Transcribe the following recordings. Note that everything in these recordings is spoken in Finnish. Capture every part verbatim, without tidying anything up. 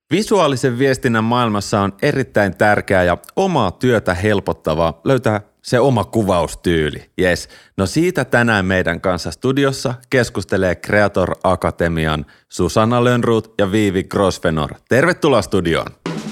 Visuaalisen viestinnän maailmassa on erittäin tärkeää ja omaa työtä helpottavaa löytää se oma kuvaustyyli. Jes. No siitä tänään meidän kanssa studiossa keskustelee Creator Akatemian Susanna Lönnroth ja Viivi Grosvenor. Tervetuloa studioon.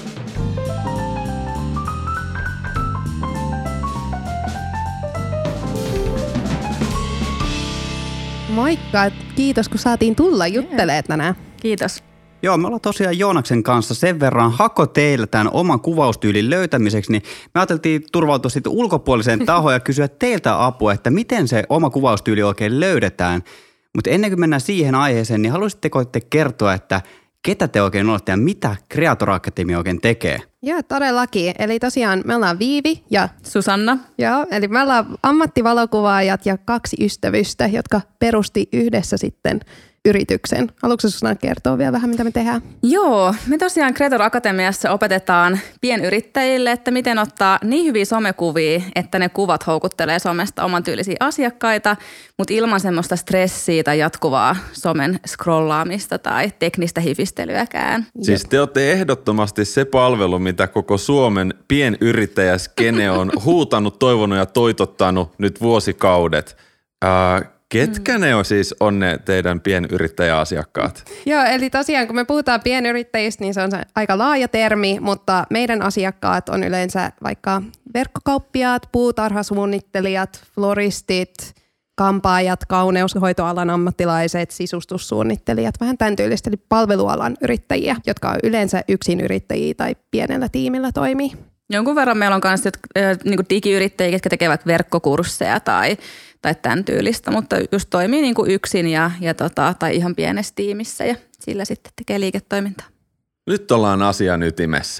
Moikka, kiitos kun saatiin tulla juttelemaan tänään. Kiitos. Joo, me ollaan tosiaan Joonaksen kanssa sen verran hako teillä tämän oman kuvaustyylin löytämiseksi, niin me ajateltiin turvautua sitten ulkopuoliseen tahoon ja kysyä teiltä apua, että miten se oma kuvaustyyli oikein löydetään. Mutta ennen kuin mennään siihen aiheeseen, niin haluaisitteko te kertoa, että ketä te oikein olette ja mitä Creator Akatemia oikein tekee? Joo, todellakin. Eli tosiaan me ollaan Viivi ja Susanna. Joo, eli me ollaan ammattivalokuvaajat ja kaksi ystävystä, jotka perusti yhdessä sitten yrityksen. Haluatko Susanna kertoa vielä vähän, mitä me tehdään? Joo, me tosiaan Creator Akatemiassa opetetaan pienyrittäjille, että miten ottaa niin hyviä somekuvia, että ne kuvat houkuttelee somesta oman tyylisiä asiakkaita, mutta ilman semmoista stressiä tai jatkuvaa somen scrollaamista tai teknistä hifistelyäkään. Siis te olette ehdottomasti se palvelu, mitä koko Suomen pienyrittäjäskene on huutanut, toivonut ja toitottanut nyt vuosikaudet. Äh, Ketkä ne on siis on ne teidän pienyrittäjäasiakkaat? Joo, eli tosiaan kun me puhutaan pienyrittäjistä, niin se on se aika laaja termi, mutta meidän asiakkaat on yleensä vaikka verkkokauppiaat, puutarhasuunnittelijat, floristit, kampaajat, kauneushoitoalan ammattilaiset, sisustussuunnittelijat, vähän tämän tyylistä, eli palvelualan yrittäjiä, jotka on yleensä yksinyrittäjiä tai pienellä tiimillä toimii. Jonkun verran meillä on myös niin digiyrittäjiä, jotka tekevät verkkokursseja tai, tai tämän tyylistä, mutta just toimii niin kuin yksin ja, ja tota, tai ihan pienessä tiimissä ja sillä sitten tekee liiketoimintaa. Nyt ollaan asian ytimessä.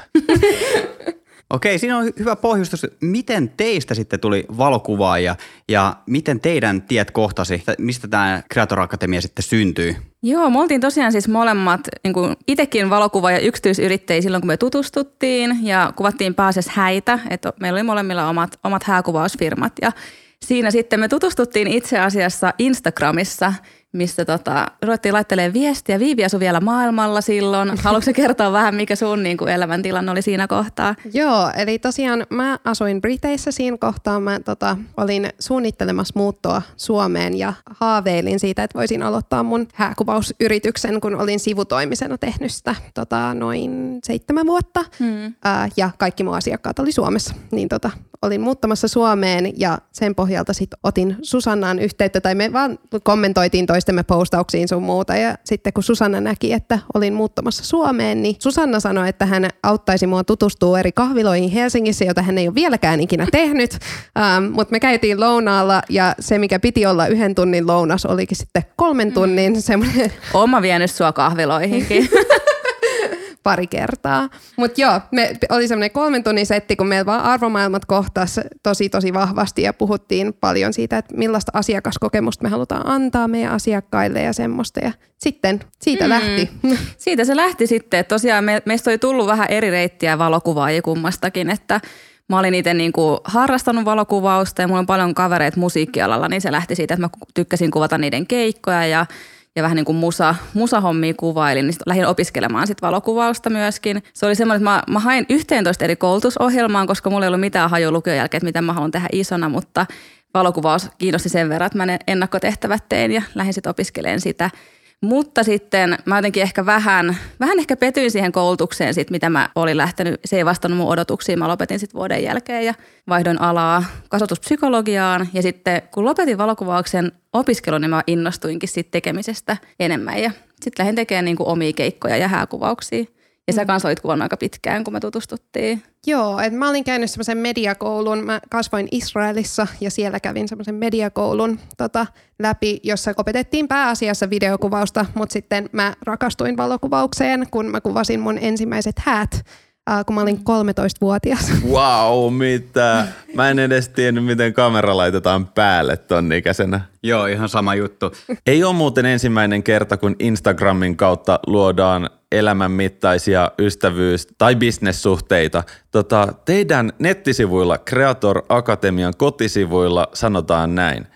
Okei, siinä on hyvä pohjustus. Miten teistä sitten tuli valokuvaaja ja miten teidän tiet kohtasi? Mistä tämä Creator Akatemia sitten syntyi? Joo, me oltiin tosiaan siis molemmat niin kuin itsekin valokuva- ja yksityisyrittäjiä silloin, kun me tutustuttiin ja kuvattiin pääasiassa häitä. Että meillä oli molemmilla omat, omat hääkuvausfirmat ja siinä sitten me tutustuttiin itse asiassa Instagramissa, missä tota, ruvettiin laittelemaan viestiä. Viivi asui vielä maailmalla silloin. Haluatko kertoa vähän, mikä sun niin kuin elämäntilanne oli siinä kohtaa? Joo, eli tosiaan mä asuin Briteissä siinä kohtaa. Mä tota, olin suunnittelemassa muuttoa Suomeen ja haaveilin siitä, että voisin aloittaa mun hääkuvausyrityksen, kun olin sivutoimisena tehnyt sitä tota, noin seitsemän vuotta. Hmm. Ää, ja kaikki mun asiakkaat oli Suomessa. Niin tota, olin muuttamassa Suomeen ja sen pohjalta sitten otin Susannaan yhteyttä tai me vaan kommentoitiin toistemme postauksiin sun muuta ja sitten kun Susanna näki, että olin muuttamassa Suomeen, niin Susanna sanoi, että hän auttaisi mua tutustua eri kahviloihin Helsingissä, jota hän ei ole vieläkään ikinä tehnyt, um, mutta me käytiin lounaalla ja se mikä piti olla yhden tunnin lounas olikin sitten kolmen tunnin mm. semmoinen. Oma vienyt sua kahviloihinkin. Pari kertaa. Mutta joo, me oli semmoinen kolmen tunnin setti, kun meillä vaan arvomaailmat kohtasi tosi tosi vahvasti ja puhuttiin paljon siitä, että millaista asiakaskokemusta me halutaan antaa meidän asiakkaille ja semmoista. Ja sitten siitä mm. lähti. Siitä se lähti sitten. Että tosiaan me, meistä oli tullut vähän eri reittiä valokuvaajia kummastakin, että mä olin itse niinku harrastanut valokuvausta ja mulla on paljon kavereita musiikkialalla, niin se lähti siitä, että mä tykkäsin kuvata niiden keikkoja ja ja vähän niin kuin musa, musahommia kuvailin, niin lähdin opiskelemaan sit valokuvausta myöskin. Se oli semmoinen, että mä, mä hain yhteentoista eri koulutusohjelmaan, koska mulla ei ollut mitään hajua lukion jälkeen, että mitä mä haluan tehdä isona, mutta valokuvaus kiinnosti sen verran, että mä ne ennakkotehtävät tein ja lähdin sitten opiskelemaan sitä. Mutta sitten mä jotenkin ehkä vähän, vähän ehkä petyin siihen koulutukseen, sit, mitä mä olin lähtenyt. Se ei vastannut mun odotuksiin. Mä lopetin sitten vuoden jälkeen ja vaihdoin alaa kasvatuspsykologiaan. Ja sitten kun lopetin valokuvauksen opiskelun, niin mä innostuinkin siitä tekemisestä enemmän. Ja sitten lähdin tekemään niinku omia keikkoja ja hääkuvauksia. Ja sä kanssa olit kuvannut aika pitkään, kun me tutustuttiin. Joo, että mä olin käynyt semmoisen mediakoulun. Mä kasvoin Israelissa ja siellä kävin semmoisen mediakoulun tota, läpi, jossa opetettiin pääasiassa videokuvausta, mutta sitten mä rakastuin valokuvaukseen, kun mä kuvasin mun ensimmäiset häät, äh, kun mä olin kolmetoistavuotias. Wow, mitä? Mä en edes tiennyt, miten kamera laitetaan päälle ton ikäisenä. Joo, ihan sama juttu. Ei ole muuten ensimmäinen kerta, kun Instagramin kautta luodaan elämänmittaisia ystävyys- tai bisnessuhteita. Tota, teidän nettisivuilla, Creator Akatemian kotisivuilla sanotaan näin.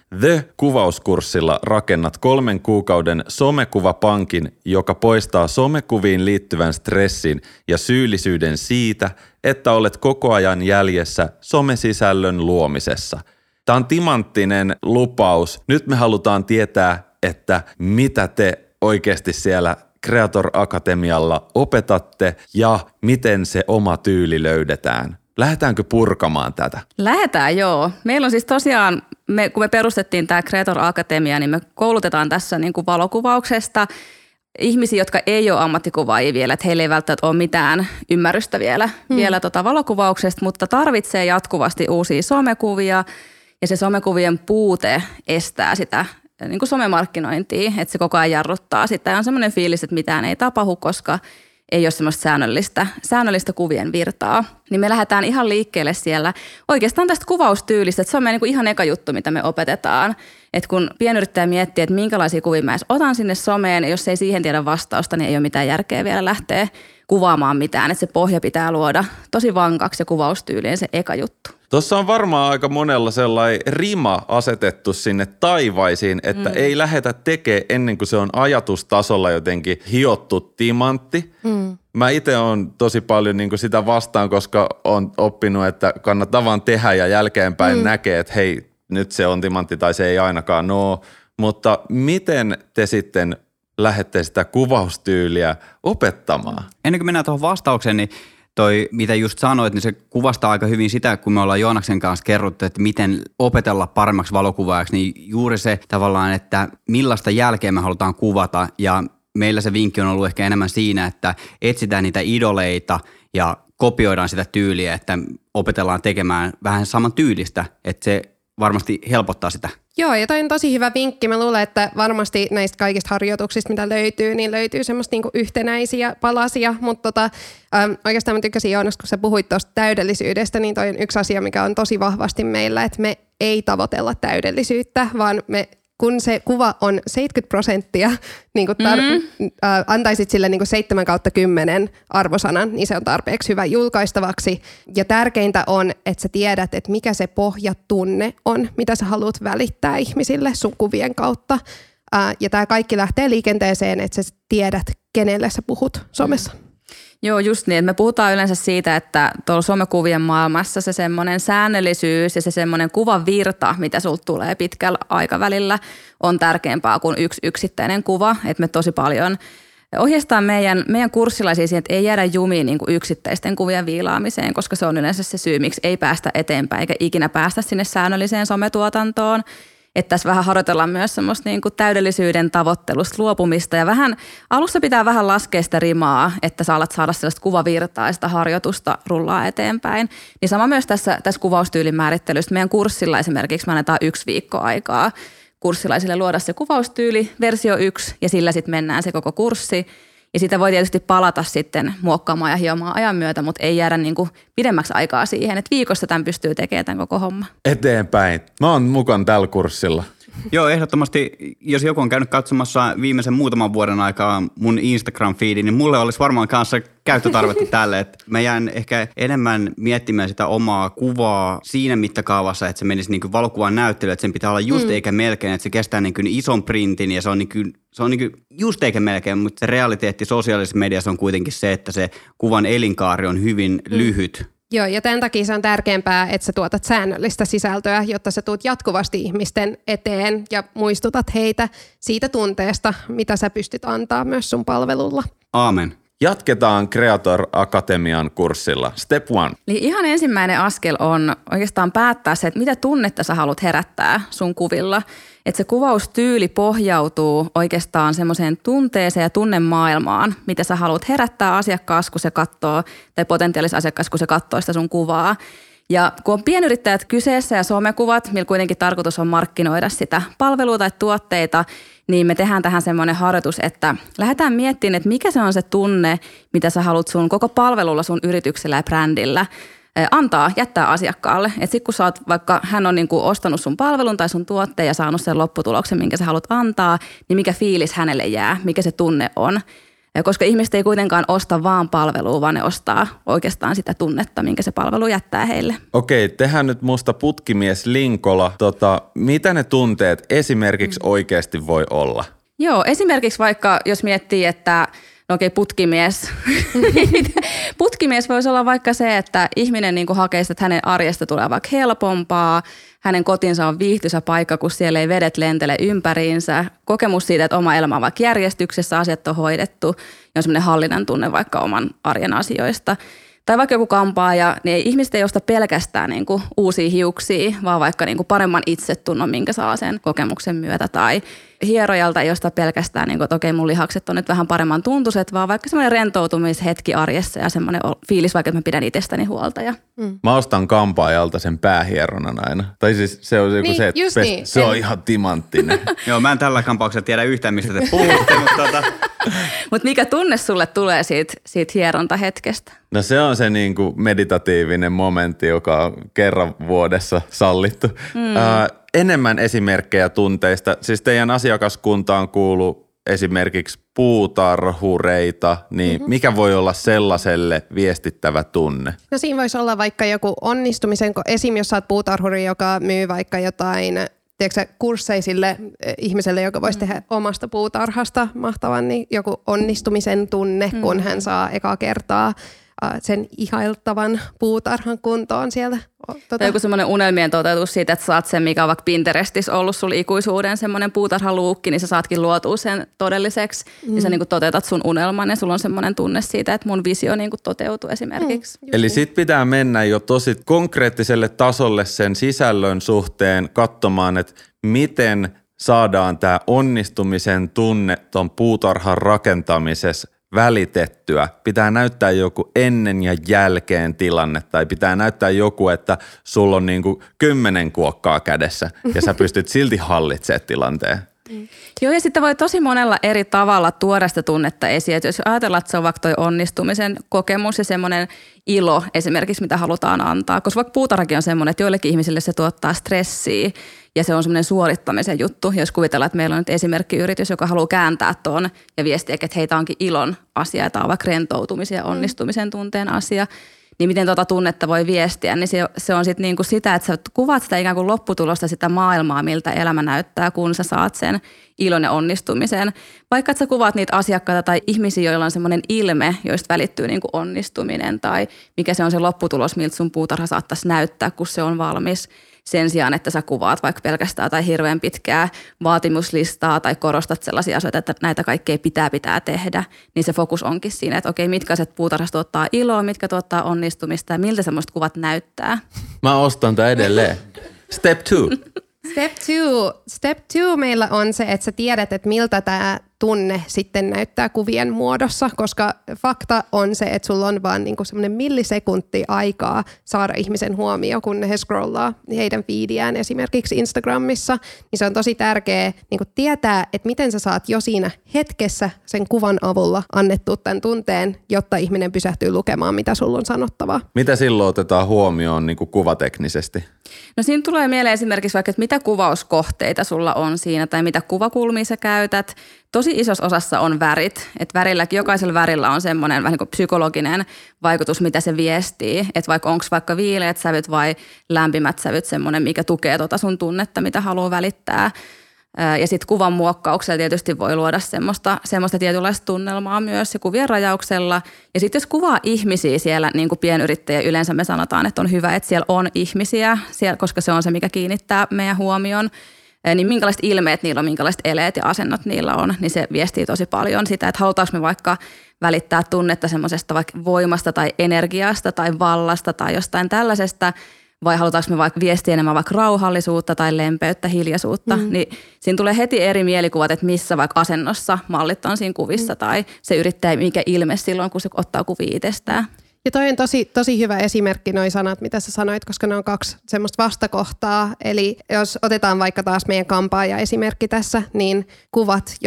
The-kuvauskurssilla rakennat kolmen kuukauden somekuvapankin, joka poistaa somekuviin liittyvän stressin ja syyllisyyden siitä, että olet koko ajan jäljessä somesisällön luomisessa. Tämä on timanttinen lupaus. Nyt me halutaan tietää, että mitä te oikeasti siellä Creator Akatemialla opetatte ja miten se oma tyyli löydetään. Lähdetäänkö purkamaan tätä? Lähdetään, joo. Meillä on siis tosiaan, me, kun me perustettiin tämä Creator Akatemia, niin me koulutetaan tässä niin kuin valokuvauksesta ihmisiä, jotka ei ole ammattikuvaajia vielä, että heillä ei välttämättä ole mitään ymmärrystä vielä, hmm. vielä tota valokuvauksesta, mutta tarvitsee jatkuvasti uusia somekuvia ja se somekuvien puute estää sitä niin kuin somemarkkinointia, että se koko ajan jarruttaa sitä. Ja on semmoinen fiilis, että mitään ei tapahdu, koska ei ole semmoista säännöllistä, säännöllistä kuvien virtaa. Niin me lähdetään ihan liikkeelle siellä oikeastaan tästä kuvaustyylistä, että se on meidän niin kuin ihan eka juttu, mitä me opetetaan. Että kun pienyrittäjä miettii, että minkälaisia kuvia mä edes otan sinne someen, ja jos ei siihen tiedä vastausta, niin ei ole mitään järkeä vielä lähteä kuvaamaan mitään. Että se pohja pitää luoda tosi vankaksi ja kuvaustyyliin se eka juttu. Tuossa on varmaan aika monella sellainen rima asetettu sinne taivaisiin, että mm. ei lähdetä tekemään ennen kuin se on ajatustasolla jotenkin hiottu timantti. Mm. Mä itse on tosi paljon niin kuin sitä vastaan, koska on oppinut, että kannattaa vaan tehdä ja jälkeenpäin mm. näkee, että hei, nyt se on timantti tai se ei ainakaan ole. Mutta miten te sitten lähdette sitä kuvaustyyliä opettamaan? Ennen kuin mennään tuohon vastaukseen, niin toi, mitä just sanoit, niin se kuvastaa aika hyvin sitä, kun me ollaan Joonaksen kanssa kerrottu, että miten opetella paremmaksi valokuvaajaksi, niin juuri se tavallaan, että millaista jälkeä me halutaan kuvata, ja meillä se vinkki on ollut ehkä enemmän siinä, että etsitään niitä idoleita ja kopioidaan sitä tyyliä, että opetellaan tekemään vähän saman tyylistä, että se varmasti helpottaa sitä. Joo, ja toi on tosi hyvä vinkki. Mä luulen, että varmasti näistä kaikista harjoituksista, mitä löytyy, niin löytyy semmoista niinku yhtenäisiä palasia, mutta tota, ähm, oikeastaan mä tykkäsin, Joonas, kun sä puhuit tuosta täydellisyydestä, niin toi on yksi asia, mikä on tosi vahvasti meillä, että me ei tavoitella täydellisyyttä, vaan me kun se kuva on seitsemänkymmentä prosenttia, niin kun tar- mm-hmm. äh, antaisit sille niin seitsemän kautta kymmenen arvosanan, niin se on tarpeeksi hyvä julkaistavaksi. Ja tärkeintä on, että sä tiedät, että mikä se pohjatunne on, mitä sä haluat välittää ihmisille sun kuvien kautta. Äh, ja tämä kaikki lähtee liikenteeseen, että sä tiedät, kenelle sä puhut somessa. Mm. Joo, just niin. Me puhutaan yleensä siitä, että tuolla somekuvien maailmassa se semmoinen säännöllisyys ja se semmoinen kuvavirta, mitä sulta tulee pitkällä aikavälillä, on tärkeämpää kuin yksi yksittäinen kuva. Että me tosi paljon ohjeistaan meidän, meidän kurssilaisia siihen, että ei jäädä jumiin niin kuin yksittäisten kuvien viilaamiseen, koska se on yleensä se syy, miksi ei päästä eteenpäin eikä ikinä päästä sinne säännölliseen sometuotantoon. Että tässä vähän harjoitellaan myös semmoista niin kuin täydellisyyden tavoittelusta luopumista ja vähän, alussa pitää vähän laskea sitä rimaa, että sä alat saada sellaista kuvavirtaa ja sitä harjoitusta rullaa eteenpäin. Niin sama myös tässä, tässä kuvaustyylin määrittelystä. Meidän kurssilla esimerkiksi me annetaan yksi viikko aikaa kurssilaisille luoda se kuvaustyyli, versio yksi, ja sillä sitten mennään se koko kurssi. Ja sitä voi tietysti palata sitten muokkaamaan ja hiomaan ajan myötä, mutta ei jäädä niin kuin pidemmäksi aikaa siihen, että viikossa tämän pystyy tekemään tämän koko homma. Eteenpäin. Mä oon mukaan tällä kurssilla. Joo, ehdottomasti, jos joku on käynyt katsomassa viimeisen muutaman vuoden aikaa mun Instagram-feedin, niin mulle olisi varmaan kanssa käyttötarvetta tälle. Että mä jään ehkä enemmän miettimään sitä omaa kuvaa siinä mittakaavassa, että se menisi niin kuin valokuvan näyttelyyn, että sen pitää olla just mm. eikä melkein, että se kestää niin kuin ison printin ja se on, niin kuin, se on niin kuin just eikä melkein, mutta se realiteetti sosiaalisessa mediassa on kuitenkin se, että se kuvan elinkaari on hyvin mm. lyhyt. Joo, ja tämän takia se on tärkeämpää, että sä tuotat säännöllistä sisältöä, jotta sä tuut jatkuvasti ihmisten eteen ja muistutat heitä siitä tunteesta, mitä sä pystyt antaa myös sun palvelulla. Aamen. Jatketaan Creator Akatemian kurssilla. Step one. Eli ihan ensimmäinen askel on oikeastaan päättää se, että mitä tunnetta sä haluat herättää sun kuvilla. Että se kuvaustyyli pohjautuu oikeastaan semmoiseen tunteeseen ja tunnemaailmaan, mitä sä haluat herättää asiakkaassa, kun se katsoo, tai potentiaalisessa asiakkaassa, kun se katsoo sitä sun kuvaa. Ja kun on pienyrittäjät kyseessä ja somekuvat, millä kuitenkin tarkoitus on markkinoida sitä palvelua tai tuotteita, niin me tehdään tähän semmoinen harjoitus, että lähdetään miettimään, että mikä se on se tunne, mitä sä haluat sun koko palvelulla, sun yrityksellä ja brändillä antaa, jättää asiakkaalle. Että sitten kun sä oot, vaikka hän on niinku ostanut sun palvelun tai sun tuotteen ja saanut sen lopputuloksen, minkä sä haluat antaa, niin mikä fiilis hänelle jää, mikä se tunne on. Ja koska ihmiset ei kuitenkaan osta vaan palvelua, vaan ne ostaa oikeastaan sitä tunnetta, minkä se palvelu jättää heille. Okei, tehdään nyt musta putkimies Linkola. Tota, mitä ne tunteet esimerkiksi mm. oikeasti voi olla? Joo, esimerkiksi vaikka jos miettii, että no okei, putkimies. Putkimies voisi olla vaikka se, että ihminen niin kuin hakee sitä, että hänen arjesta tulee vaikka helpompaa, hänen kotinsa on viihtyisä paikka, kun siellä ei vedet lentele ympäriinsä. Kokemus siitä, että oma elämä on vaikka järjestyksessä, asiat on hoidettu ja on semmoinen hallinnan tunne vaikka oman arjen asioista. Tai vaikka joku kampaaja, niin ihmiset ei osta pelkästään niin kuin uusia hiuksia, vaan vaikka niin kuin paremman itsetunnon, minkä saa sen kokemuksen myötä. Tai hierojalta ei osta pelkästään, niin kuin, että okei, mun lihakset on nyt vähän paremman tuntuiset, vaan vaikka semmoinen rentoutumishetki arjessa ja semmoinen fiilis, vaikka että mä pidän itsestäni huolta. Ja... Mm. Mä ostan kampaajalta sen päähieronnan aina. Tai siis se on, niin, se, että pest, niin. se on ihan timanttinen. Joo, mä en tällä kampauksella tiedä yhtään, mistä te puhutte, mutta tota... Mutta mikä tunne sulle tulee siitä, siitä hierontahetkestä? No se on se niin kuin meditatiivinen momentti, joka on kerran vuodessa sallittu. Mm. Äh, enemmän esimerkkejä tunteista. Siis teidän asiakaskuntaan kuuluu esimerkiksi puutarhureita, niin mm-hmm. mikä voi olla sellaiselle viestittävä tunne? No siinä voisi olla vaikka joku onnistumisen, esim. Jos sä oot puutarhuri, joka myy vaikka jotain... Tiedätkö kursseja sille ihmiselle, joka voisi tehdä omasta puutarhasta mahtavan, niin joku onnistumisen tunne, mm. kun hän saa ekaa kertaa sen ihailtavan puutarhan kuntoon siellä. Tota. Tai joku semmoinen unelmien toteutus siitä, että saat sen, mikä on vaikka Pinterestissä ollut sulla ikuisuuden semmoinen puutarhaluukki, niin sä saatkin luotua sen todelliseksi. Mm. Niin sä niin kuin toteutat sun unelman ja sulla on semmoinen tunne siitä, että mun visio niin kuin toteutuu esimerkiksi. Mm. Eli sit pitää mennä jo tosi konkreettiselle tasolle sen sisällön suhteen katsomaan, että miten saadaan tämä onnistumisen tunne ton puutarhan rakentamisessa välitettyä. Pitää näyttää joku ennen ja jälkeen tilanne tai pitää näyttää joku, että sulla on niinku kymmenen kuokkaa kädessä ja sä pystyt silti hallitsemaan tilanteen. Mm. Joo, ja sitten voi tosi monella eri tavalla tuoda sitä tunnetta esiin. Että jos ajatellaan, että se on vaikka toi onnistumisen kokemus ja semmoinen ilo esimerkiksi, mitä halutaan antaa. Koska vaikka puutarhakin on semmoinen, että joillekin ihmisille se tuottaa stressiä ja se on semmoinen suorittamisen juttu. Jos kuvitellaan, että meillä on nyt esimerkkiyritys, joka haluaa kääntää tuon ja viestiä, että heitä onkin ilon asia, että on vaikka rentoutumisen ja onnistumisen tunteen asia. Niin miten tuota tunnetta voi viestiä, niin se, se on sitten niinku sitä, että sä kuvaat sitä ikään kuin lopputulosta, sitä maailmaa, miltä elämä näyttää, kun sä saat sen ilon ja onnistumisen. Vaikka että sä kuvaat niitä asiakkaita tai ihmisiä, joilla on semmoinen ilme, joista välittyy niinku onnistuminen tai mikä se on se lopputulos, miltä sun puutarha saattaisi näyttää, kun se on valmis. Sen sijaan, että sä kuvaat vaikka pelkästään tai hirveän pitkää vaatimuslistaa tai korostat sellaisia asioita, että näitä kaikkea pitää pitää tehdä, niin se fokus onkin siinä, että okei, mitkä asiat puutarhasta tuottaa iloa, mitkä tuottaa onnistumista ja miltä semmoista kuvat näyttää. Mä ostan tää edelleen. Step two. Step two. Step two meillä on se, että sä tiedät, että miltä tämä tunne sitten näyttää kuvien muodossa, koska fakta on se, että sulla on vaan niinku semmoinen millisekunti aikaa saada ihmisen huomio, kun he scrollaa heidän feediään esimerkiksi Instagramissa, niin se on tosi tärkeää niinku tietää, että miten sä saat jo siinä hetkessä sen kuvan avulla annettua tämän tunteen, jotta ihminen pysähtyy lukemaan, mitä sulla on sanottavaa. Mitä silloin otetaan huomioon niinku kuvateknisesti? No siinä tulee mieleen esimerkiksi vaikka, että mitä kuvauskohteita sulla on siinä tai mitä kuvakulmia sä käytät. Tosi isossa osassa on värit, että värilläkin, jokaisella värillä on semmoinen vähän niin kuin psykologinen vaikutus, mitä se viestii. Että vaikka onko vaikka viileät sävyt vai lämpimät sävyt semmoinen, mikä tukee tuota sun tunnetta, mitä haluaa välittää. Ja sitten kuvan muokkauksella tietysti voi luoda semmoista, semmoista tietynlaista tunnelmaa myös ja kuvien rajauksella. Ja sitten jos kuvaa ihmisiä siellä, niin kuin pienyrittäjä yleensä me sanotaan, että on hyvä, että siellä on ihmisiä, siellä, koska se on se, mikä kiinnittää meidän huomioon. Niin minkälaiset ilmeet niillä on, minkälaiset eleet ja asennot niillä on, niin se viestii tosi paljon sitä, että halutaanko me vaikka välittää tunnetta semmoisesta vaikka voimasta tai energiasta tai vallasta tai jostain tällaisesta, vai halutaanko me vaikka viestiä enemmän vaikka rauhallisuutta tai lempeyttä, hiljaisuutta, mm. niin siinä tulee heti eri mielikuvat, että missä vaikka asennossa mallit on siinä kuvissa mm. tai se yrittää mikä ilme silloin, kun se ottaa kuvia itsestään. Ja toi on tosi, tosi hyvä esimerkki, noi sanat, mitä sä sanoit, koska ne on kaksi semmoista vastakohtaa. Eli jos otetaan vaikka taas meidän kampaaja-esimerkki tässä, niin kuvat, jossa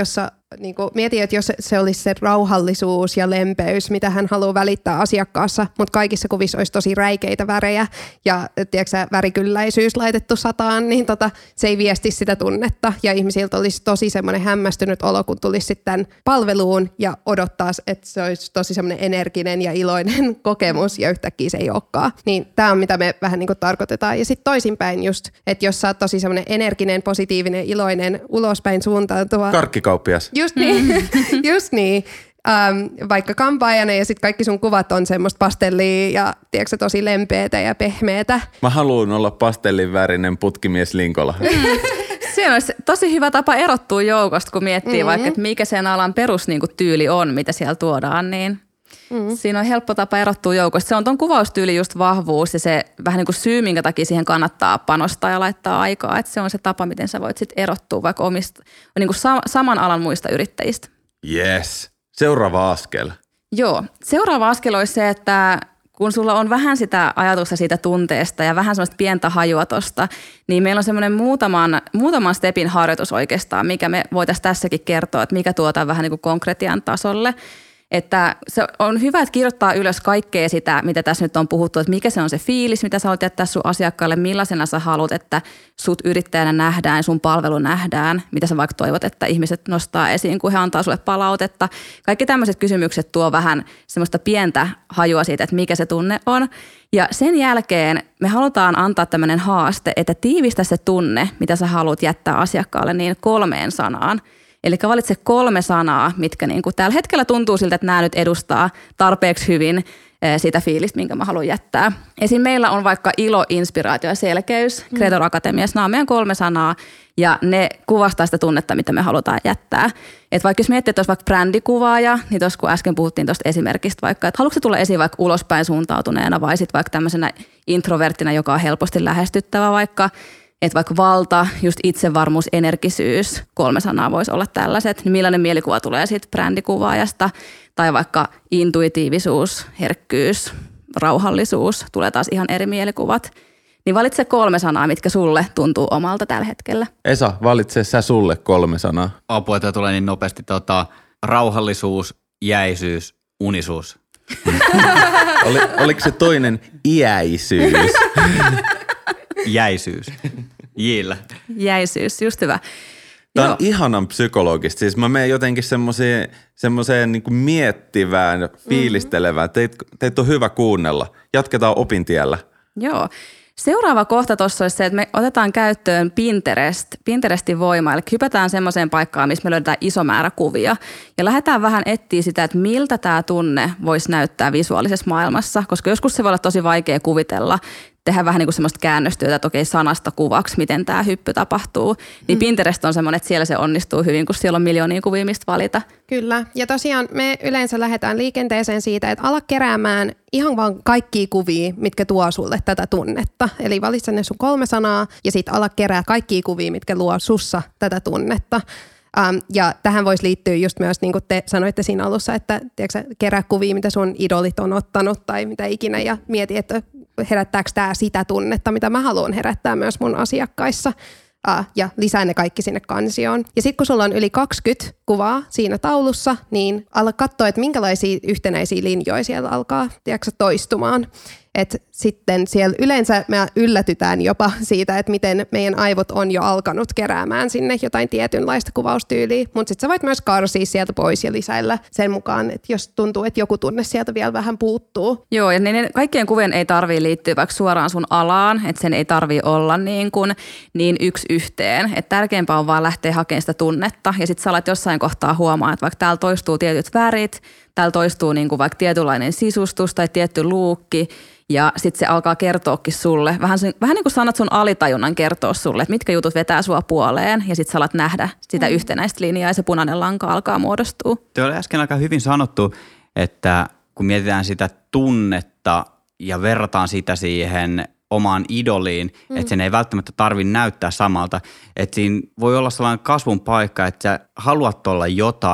niin kuin, mietin, että jos se olisi se rauhallisuus ja lempeys, mitä hän haluaa välittää asiakkaassa, mutta kaikissa kuvissa olisi tosi räikeitä värejä ja tiedätkö, värikylläisyys laitettu sataan, niin tota, se ei viesti sitä tunnetta ja ihmisiltä olisi tosi semmoinen hämmästynyt olo, kun tulisi sitten palveluun ja odottaa, että se olisi tosi semmoinen energinen ja iloinen kokemus ja yhtäkkiä se ei olekaan. Niin tämä on mitä me vähän niin kuin tarkoitetaan. Ja sitten toisinpäin just, että jos sä oot tosi semmoinen energinen, positiivinen, iloinen, ulospäin suuntautuva. Karkkikauppias. Just niin, just niin. Ähm, vaikka kampaajana ja sitten kaikki sun kuvat on semmoista pastellia ja tiedätkö, tosi lempeätä ja pehmeätä. Mä haluan olla pastellinvärinen putkimies Linkola. Se on tosi hyvä tapa erottua joukosta, kun miettii mm-hmm. vaikka, että mikä sen alan perustyyli on, mitä siellä tuodaan, niin mm-hmm. siinä on helppo tapa erottua joukosta. Se on ton kuvaustyyli just vahvuus ja se vähän niin kuin syy, minkä takia siihen kannattaa panostaa ja laittaa aikaa. Että se on se tapa, miten sä voit sitten erottua vaikka omista, niin kuin saman alan muista yrittäjistä. Yes. Seuraava askel. Joo. Seuraava askel olisi se, että kun sulla on vähän sitä ajatusta siitä tunteesta ja vähän semmoista pientä hajua tosta, niin meillä on semmoinen muutaman, muutaman stepin harjoitus oikeastaan, mikä me voitaisiin tässäkin kertoa, että mikä tuotaan vähän niin kuin konkretian tasolle. Että se on hyvä, että kirjoittaa ylös kaikkea sitä, mitä tässä nyt on puhuttu, että mikä se on se fiilis, mitä sä haluat jättää sun asiakkaalle, millaisena sä haluat, että sut yrittäjänä nähdään, sun palvelu nähdään, mitä sä vaikka toivot, että ihmiset nostaa esiin, kun he antaa sulle palautetta. Kaikki tämmöiset kysymykset tuo vähän semmoista pientä hajua siitä, että mikä se tunne on. Ja sen jälkeen me halutaan antaa tämmöinen haaste, että tiivistä se tunne, mitä sä haluat jättää asiakkaalle niin kolmeen sanaan. Eli valitse kolme sanaa, mitkä niin kuin tällä hetkellä tuntuu siltä, että nämä nyt edustaa tarpeeksi hyvin sitä fiilistä, minkä mä haluan jättää. Esim. Meillä on vaikka ilo, inspiraatio ja selkeys mm. Creator Akatemiassa. Nämä on meidän kolme sanaa ja ne kuvastaa sitä tunnetta, mitä me halutaan jättää. Et vaikka jos miettii, että olisi vaikka brändikuvaaja, niin tuossa kun äsken puhuttiin tuosta esimerkistä vaikka, että haluatko se tulla esiin vaikka ulospäin suuntautuneena vai sitten vaikka tämmöisenä introverttina, joka on helposti lähestyttävä vaikka. Että vaikka valta, just itsevarmuus, energisyys, kolme sanaa voisi olla tällaiset, niin millainen mielikuva tulee siitä brändikuvaajasta, tai vaikka intuitiivisuus, herkkyys, rauhallisuus, tulee taas ihan eri mielikuvat. Niin valitse kolme sanaa, mitkä sulle tuntuu omalta tällä hetkellä. Esa, valitse sä sulle kolme sanaa. Apua, että tulee niin nopeasti tota, rauhallisuus, jäisyys, unisuus. Oli, oliko se toinen iäisyys? Jäisyys. Jillä. Jäisyys, just hyvä. Tämä Joo. on ihanan psykologista. Siis mä menen jotenkin semmoiseen, semmoiseen niin kuin miettivään, fiilistelevään. Teit, teit on hyvä kuunnella. Jatketaan opintiellä. Joo. Seuraava kohta tuossa olisi se, että me otetaan käyttöön Pinterest, Pinterestin voima, eli hypätään semmoiseen paikkaan, missä me löydetään iso määrä kuvia ja lähdetään vähän etsiä sitä, että miltä tämä tunne voisi näyttää visuaalisessa maailmassa, koska joskus se voi olla tosi vaikea kuvitella, tehdä vähän niin kuin semmoista käännöstyötä, että okei sanasta kuvaksi, miten tämä hyppy tapahtuu. Niin Pinterest on semmoinen, että siellä se onnistuu hyvin, kun siellä on miljoonia kuvia, mistä valita. Kyllä. Ja tosiaan me yleensä lähdetään liikenteeseen siitä, että ala keräämään ihan vaan kaikkia kuvia, mitkä tuo sulle tätä tunnetta. Eli valitse ne sun kolme sanaa ja sitten ala kerää kaikkia kuvia, mitkä luo sussa tätä tunnetta. Um, ja tähän voisi liittyä just myös, niin kuin te sanoitte siinä alussa, että tiedätkö, kerää kuvia, mitä sun idolit on ottanut tai mitä ikinä ja mieti, että herättääkö tämä sitä tunnetta, mitä mä haluan herättää myös mun asiakkaissa. Uh, ja lisää ne kaikki sinne kansioon. Ja sitten kun sulla on yli kaksikymmentä kuvaa siinä taulussa, niin ala katsoa, että minkälaisia yhtenäisiä linjoja siellä alkaa tiedätkö, toistumaan. Et sitten siellä yleensä me yllätytään jopa siitä, että miten meidän aivot on jo alkanut keräämään sinne jotain tietynlaista kuvaustyyliä, mutta sitten sä voit myös karsia sieltä pois ja lisäillä sen mukaan, että jos tuntuu, että joku tunne sieltä vielä vähän puuttuu. Joo, ja ne, kaikkien kuvien ei tarvitse liittyä vaikka suoraan sun alaan, että sen ei tarvitse olla niin, kuin, niin yksi yhteen. Et tärkeämpää on vaan lähteä hakemaan sitä tunnetta ja sitten sä alat jossain kohtaa huomaa, että vaikka täällä toistuu tietyt värit, täällä toistuu niin kuin vaikka tietynlainen sisustus tai tietty luukki, ja sitten se alkaa kertoakin sulle, vähän, vähän niin kuin sanat sun alitajunnan kertoa sulle, että mitkä jutut vetää sua puoleen ja sitten sä alat nähdä sitä mm. yhtenäistä linjaa ja se punainen lanka alkaa muodostua. Te oli äsken aika hyvin sanottu, että kun mietitään sitä tunnetta ja verrataan sitä siihen omaan idoliin, mm. että sen ei välttämättä tarvitse näyttää samalta, että siinä voi olla sellainen kasvun paikka, että sä haluat olla jotain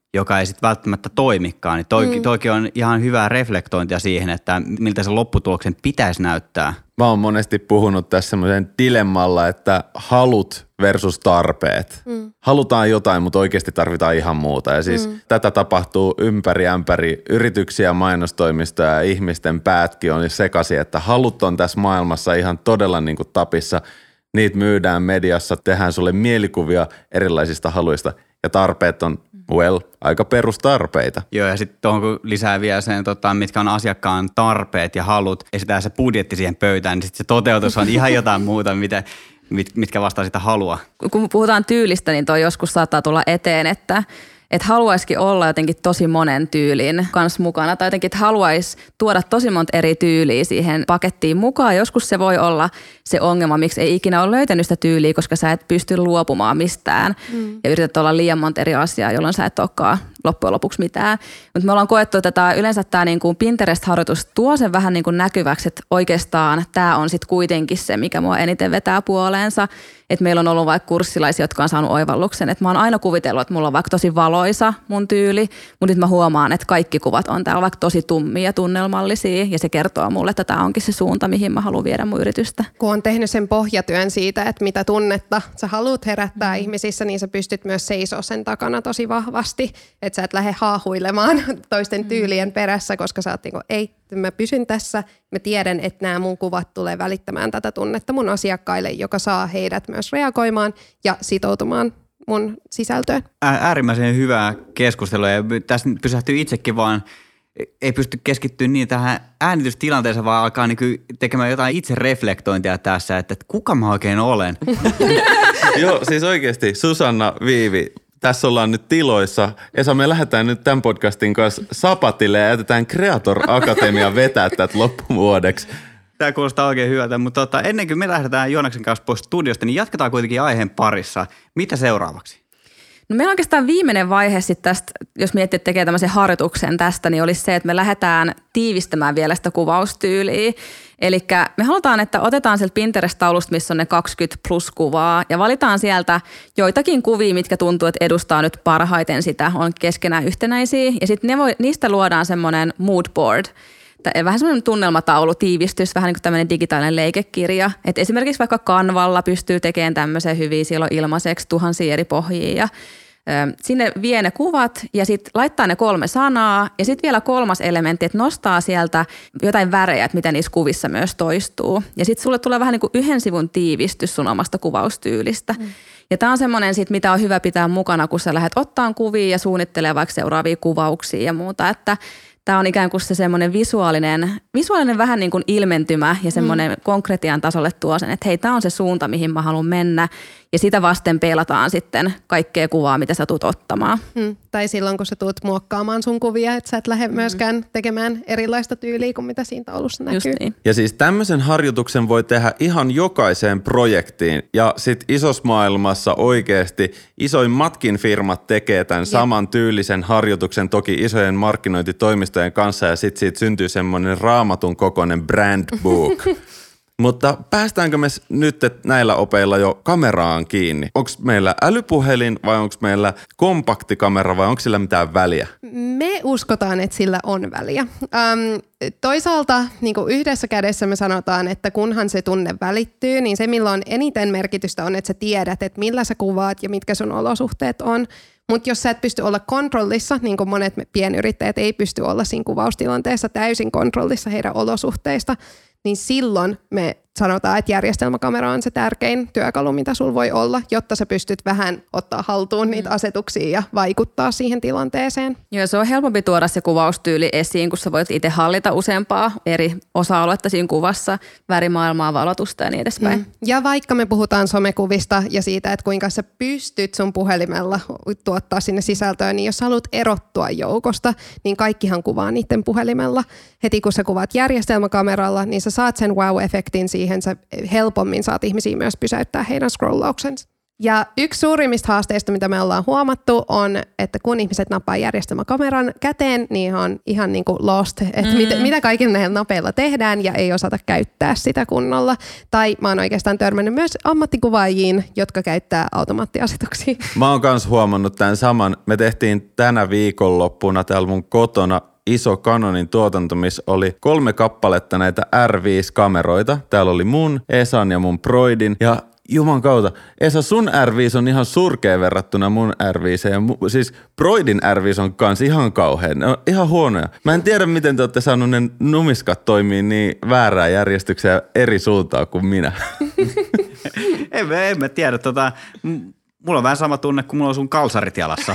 joka ei sitten välttämättä toimikaan. Niin toi, mm. toikin on ihan hyvää reflektointia siihen, että miltä se lopputuloksen pitäisi näyttää. Mä oon monesti puhunut tässä semmoisen dilemmalla, että halut versus tarpeet. Mm. Halutaan jotain, mutta oikeasti tarvitaan ihan muuta. Ja siis mm. tätä tapahtuu ympäri ämpäri yrityksiä, mainostoimistoja ja ihmisten päätkin on sekaisin, että halut on tässä maailmassa ihan todella niin kuin tapissa. Niitä myydään mediassa, tehdään sulle mielikuvia erilaisista haluista ja tarpeet on, well, aika perustarpeita. Joo, ja sitten tuohon kun lisää vielä sen, tota, mitkä on asiakkaan tarpeet ja halut, esitään se budjetti siihen pöytään, niin sitten se toteutus on ihan jotain muuta, mitä, mit, mitkä vastaa sitä halua. Kun puhutaan tyylistä, niin toi joskus saattaa tulla eteen, että että haluaisikin olla jotenkin tosi monen tyylin kanssa mukana tai jotenkin, että haluaisi tuoda tosi monta eri tyyliä siihen pakettiin mukaan. Joskus se voi olla se ongelma, miksi ei ikinä ole löytänyt sitä tyyliä, koska sä et pysty luopumaan mistään mm. ja yrität olla liian monta eri asiaa, jolloin sä et olekaan loppujen lopuksi mitään. Mutta me ollaan koettu, että tämä, yleensä tämä niin kuin Pinterest-harjoitus tuo sen vähän niin kuin näkyväksi, että oikeastaan tämä on sitten kuitenkin se, mikä mua eniten vetää puoleensa. Että meillä on ollut vaikka kurssilaisia, jotka on saanut oivalluksen, että mä oon aina kuvitellut, että mulla on vaikka tosi valoisa mun tyyli, mutta nyt mä huomaan, että kaikki kuvat on täällä vaikka tosi tummia ja tunnelmallisia ja se kertoo mulle, että tämä onkin se suunta, mihin mä haluan viedä mun yritystä. Kun on tehnyt sen pohjatyön siitä, että mitä tunnetta sä haluat herättää mm. ihmisissä, niin sä pystyt myös seisoo sen takana tosi vahvasti, että sä et lähde haahuilemaan toisten mm. tyylien perässä, koska sä oot niinku, ei, mä pysyn tässä, mä tiedän, että nämä mun kuvat tulee välittämään tätä tunnetta mun asiakkaille, joka saa heidät myös reagoimaan ja sitoutumaan mun sisältöön. Äärimmäisen hyvää keskustelua ja tässä pysähtyy itsekin vaan, ei pysty keskittyä niin tähän äänitystilanteeseen, vaan alkaa niin tekemään jotain itse reflektointia tässä, että kuka mä oikein olen. Joo, siis oikeasti Susanna, Viivi, tässä ollaan nyt tiloissa. Esa, me lähdetään nyt tämän podcastin kanssa sapatille ja jätetään Creator Akatemia vetää tätä loppuvuodeksi. Tämä kuulostaa oikein hyvältä, mutta tota, ennen kuin me lähdetään Joonaksen kanssa pois studiosta, niin jatketaan kuitenkin aiheen parissa. Mitä seuraavaksi? No meillä oikeastaan viimeinen vaihe sitten tästä, jos miettii, että tekee tämmöisen harjoituksen tästä, niin olisi se, että me lähdetään tiivistämään vielä sitä kuvaustyyliä. Eli me halutaan, että otetaan sieltä Pinterest-taulusta, missä on ne kaksikymmentä plus kuvaa ja valitaan sieltä joitakin kuvia, mitkä tuntuu, että edustaa nyt parhaiten sitä, on keskenään yhtenäisiä. Ja sitten niistä luodaan semmoinen mood board. Vähän semmoinen tunnelmataulu, tiivistys, vähän niin kuin tämmöinen digitaalinen leikekirja. Et esimerkiksi vaikka Canvalla pystyy tekemään tämmöisen hyviä, siellä on ilmaiseksi tuhansia eri pohjia. Ja, ö, sinne vie ne kuvat ja sitten laittaa ne kolme sanaa. Ja sitten vielä kolmas elementti, että nostaa sieltä jotain värejä, että mitä niissä kuvissa myös toistuu. Ja sitten sulle tulee vähän niin kuin yhden sivun tiivistys sun omasta kuvaustyylistä. Mm. Ja tämä on semmoinen sit, mitä on hyvä pitää mukana, kun sä lähdet ottaan kuvia ja suunnittelee vaikka seuraavia kuvauksia ja muuta, että tämä on ikään kuin se semmoinen visuaalinen, visuaalinen vähän niin kuin ilmentymä ja semmoinen mm. konkretian tasolle tuo sen, että hei, tämä on se suunta, mihin mä haluan mennä. Ja sitä vasten peilataan sitten kaikkea kuvaa, mitä sä tulet ottamaan. Mm. Tai silloin, kun sä tulet muokkaamaan sun kuvia, että sä et lähde mm. myöskään tekemään erilaista tyyliä kuin mitä siinä taulussa näkyy. Niin. Ja siis tämmöisen harjoituksen voi tehdä ihan jokaiseen projektiin. Ja sit isossa maailmassa oikeasti isoimmatkin firmat tekee tämän Jep. saman tyylisen harjoituksen toki isojen markkinointitoimistojen kanssa. Ja sit siitä syntyy semmoinen raamatun kokoinen brand book. Mutta päästäänkö me nyt näillä opeilla jo kameraan kiinni? Onko meillä älypuhelin vai onko meillä kompaktikamera vai onko sillä mitään väliä? Me uskotaan, että sillä on väliä. Ähm, toisaalta niin kuin yhdessä kädessä me sanotaan, että kunhan se tunne välittyy, niin se millä on eniten merkitystä on, että sä tiedät, että millä sä kuvaat ja mitkä sun olosuhteet on. Mutta jos sä et pysty olla kontrollissa, niin kuin monet pienyrittäjät ei pysty olla siinä kuvaustilanteessa täysin kontrollissa heidän olosuhteista, niin silloin me sanotaan, että järjestelmäkamera on se tärkein työkalu, mitä sulla voi olla, jotta sä pystyt vähän ottaa haltuun niitä asetuksia ja vaikuttaa siihen tilanteeseen. Joo, se on helpompi tuoda se kuvaustyyli esiin, kun sä voit itse hallita useampaa eri osa-aluetta siinä kuvassa, värimaailmaa, valotusta ja niin edespäin. Mm. Ja vaikka me puhutaan somekuvista ja siitä, että kuinka sä pystyt sun puhelimella tuottaa sinne sisältöön, niin jos sä haluat erottua joukosta, niin kaikkihan kuvaa niiden puhelimella. Heti kun sä kuvaat järjestelmäkameralla, niin sä saat sen wow-efektin siihen, sä helpommin saat ihmisiä myös pysäyttää heidän scrollauksensa. Ja yksi suurimmista haasteista, mitä me ollaan huomattu, on, että kun ihmiset nappaa järjestelmäkameran käteen, niin on ihan niin kuin lost, että mm. mit, mitä kaikilla näillä napeilla tehdään ja ei osata käyttää sitä kunnolla. Tai mä oon oikeastaan törmännyt myös ammattikuvaajiin, jotka käyttää automaattiasetuksia. Mä oon kans huomannut tämän saman. Me tehtiin tänä viikonloppuna täällä mun kotona iso Canonin tuotanto, missä oli kolme kappaletta näitä R viisi kameroita. Täällä oli mun, Esan ja mun Broidin. Ja juman kautta, Esa, sun R viisi on ihan surkea verrattuna mun R viisi. Ja mu- siis Broidin R viisi on kans ihan kauhean. Ne on ihan huonoja. Mä en tiedä, miten te olette saanut ne numiskat toimii niin väärää järjestykseen eri suuntaan kuin minä. en, en mä tiedä. Tota, mulla on vähän sama tunne, kun mulla on sun kalsarit jalassa.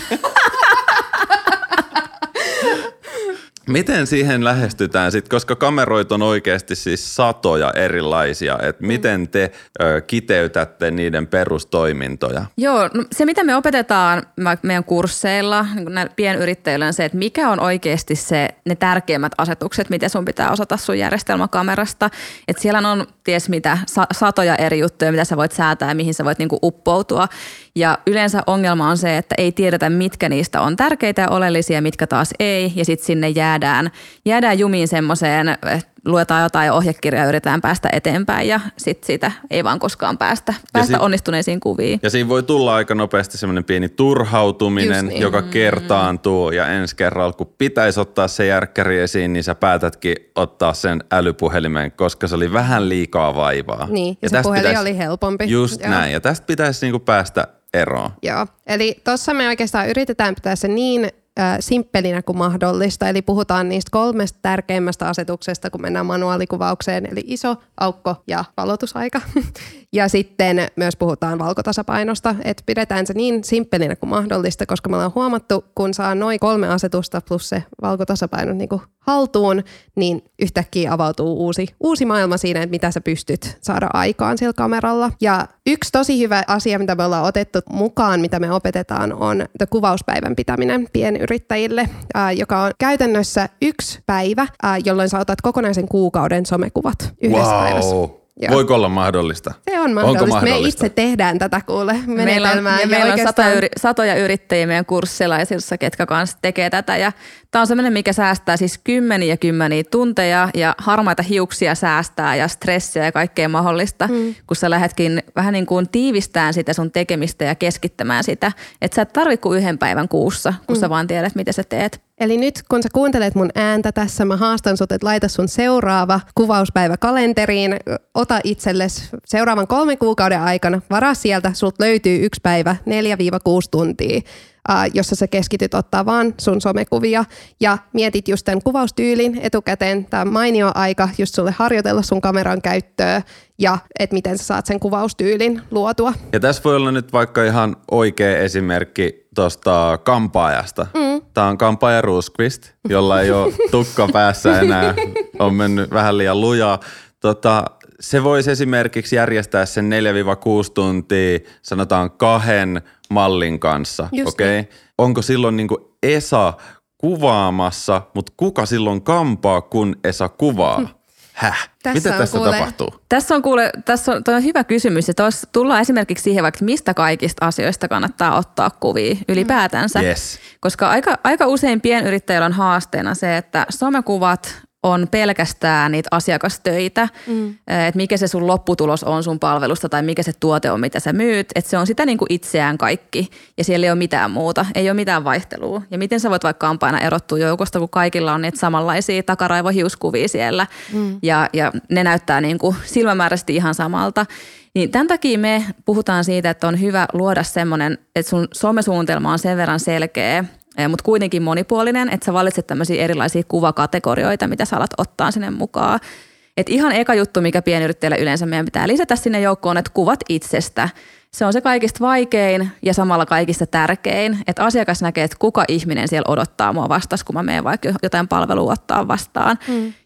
Miten siihen lähestytään sitten, koska kameroita on oikeasti siis satoja erilaisia, että miten te ö, kiteytätte niiden perustoimintoja? Joo, no se mitä me opetetaan meidän kursseilla niin näillä pienyrittäjillä on se, että mikä on oikeasti se, ne tärkeimmät asetukset, mitä sun pitää osata sun järjestelmäkamerasta. Että siellä on ties mitä, sa- satoja eri juttuja, mitä sä voit säätää ja mihin sä voit niinku uppoutua. Ja yleensä ongelma on se, että ei tiedetä, mitkä niistä on tärkeitä ja oleellisia, mitkä taas ei. Ja sitten sinne jäädään, jäädään jumiin semmoiseen, että luetaan jotain ohjekirjaa ja yritetään päästä eteenpäin ja sitten siitä ei vaan koskaan päästä, päästä si- onnistuneisiin kuviin. Ja siinä voi tulla aika nopeasti semmoinen pieni turhautuminen, niin. joka kertaantuu ja ensi kerralla, kun pitäisi ottaa se järkkäri esiin, niin sä päätätkin ottaa sen älypuhelimen, koska se oli vähän liikaa vaivaa. Niin, ja, ja se puhelin pitäisi, oli helpompi. Just Joo. näin, ja tästä pitäisi niinku päästä eroon. Joo, eli tuossa me oikeastaan yritetään pitää se niin simppelinä kuin mahdollista. Eli puhutaan niistä kolmesta tärkeimmästä asetuksesta, kun mennään manuaalikuvaukseen, eli iso, aukko ja valotusaika. Ja sitten myös puhutaan valkotasapainosta, että pidetään se niin simppelinä kuin mahdollista, koska me ollaan huomattu, kun saa noin kolme asetusta plus se valkotasapaino niin kuin haltuun, niin yhtäkkiä avautuu uusi, uusi maailma siinä, että mitä sä pystyt saada aikaan sillä kameralla. Ja yksi tosi hyvä asia, mitä me ollaan otettu mukaan, mitä me opetetaan, on kuvauspäivän pitäminen pienyrittäjille, joka on käytännössä yksi päivä, jolloin sä otat kokonaisen kuukauden somekuvat yhdessä wow. päivässä. Joo. Voiko olla mahdollista? Se on mahdollista. mahdollista? Me itse tehdään tätä kuule menetelmää. Meillä on, meillä on satoja, yri, satoja yrittäjiä meidän kurssilaisissa, ketkä kanssa tekee tätä. Ja tämä on sellainen, mikä säästää siis kymmeniä kymmeniä tunteja ja harmaita hiuksia säästää ja stressiä ja kaikkea mahdollista, mm. kun sä lähdetkin vähän niin kuin tiivistään sitä sun tekemistä ja keskittämään sitä. Että sä et tarvitse kuin yhden päivän kuussa, kun mm. sä vaan tiedät, mitä sä teet. Eli nyt kun sä kuuntelet mun ääntä tässä, mä haastan sut, että laita sun seuraava kuvauspäivä kalenteriin. Ota itsellesi seuraavan kolmen kuukauden aikana, varaa sieltä, sulta löytyy yksi päivä, neljä kuusi tuntia, jossa sä keskityt ottaa vaan sun somekuvia ja mietit just tämän kuvaustyylin etukäteen. Tämä on mainio aika just sulle harjoitella sun kameran käyttöä ja että miten sä saat sen kuvaustyylin luotua. Ja tässä voi olla nyt vaikka ihan oikea esimerkki tuosta kampaajasta. Mm. Tämä on kampaaja Ruskvist, jolla ei ole tukka päässä enää, on mennyt vähän liian lujaa. Tota, se voisi esimerkiksi järjestää sen neljä kuusi tuntia, sanotaan kahden mallin kanssa. Okay? Niin. Onko silloin niin kuin Esa kuvaamassa, mutta kuka silloin kampaa, kun Esa kuvaa? Hmm. Häh? Tässä mitä tässä kuule, tapahtuu? Tässä on kuule, tässä on, toi on hyvä kysymys. Että tullaan esimerkiksi siihen vaikka, mistä kaikista asioista kannattaa ottaa kuvia ylipäätänsä. Yes. Koska aika, aika usein pienyrittäjillä on haasteena se, että somekuvat on pelkästään niitä asiakastöitä, mm. että mikä se sun lopputulos on sun palvelusta tai mikä se tuote on, mitä sä myyt. Että se on sitä niin kuin itseään kaikki ja siellä ei ole mitään muuta, ei ole mitään vaihtelua. Ja miten sä voit vaikka kampaana erottua joukosta, kun kaikilla on niitä samanlaisia takaraivohiuskuvia siellä mm. ja, ja ne näyttää niin kuin silmämääräisesti ihan samalta. Niin tämän takia me puhutaan siitä, että on hyvä luoda semmoinen, että sun somesuunnitelma on sen verran selkeä, mutta kuitenkin monipuolinen, että sä valitset tämmöisiä erilaisia kuvakategorioita, mitä sä alat ottaa sinne mukaan. Et ihan eka juttu, mikä pienyrittäjällä yleensä meidän pitää lisätä sinne joukkoon, että kuvat itsestä. Se on se kaikista vaikein ja samalla kaikista tärkein, että asiakas näkee, että kuka ihminen siellä odottaa mua vastaan, kun mä menen vaikka jotain palvelua ottaa vastaan. Mm.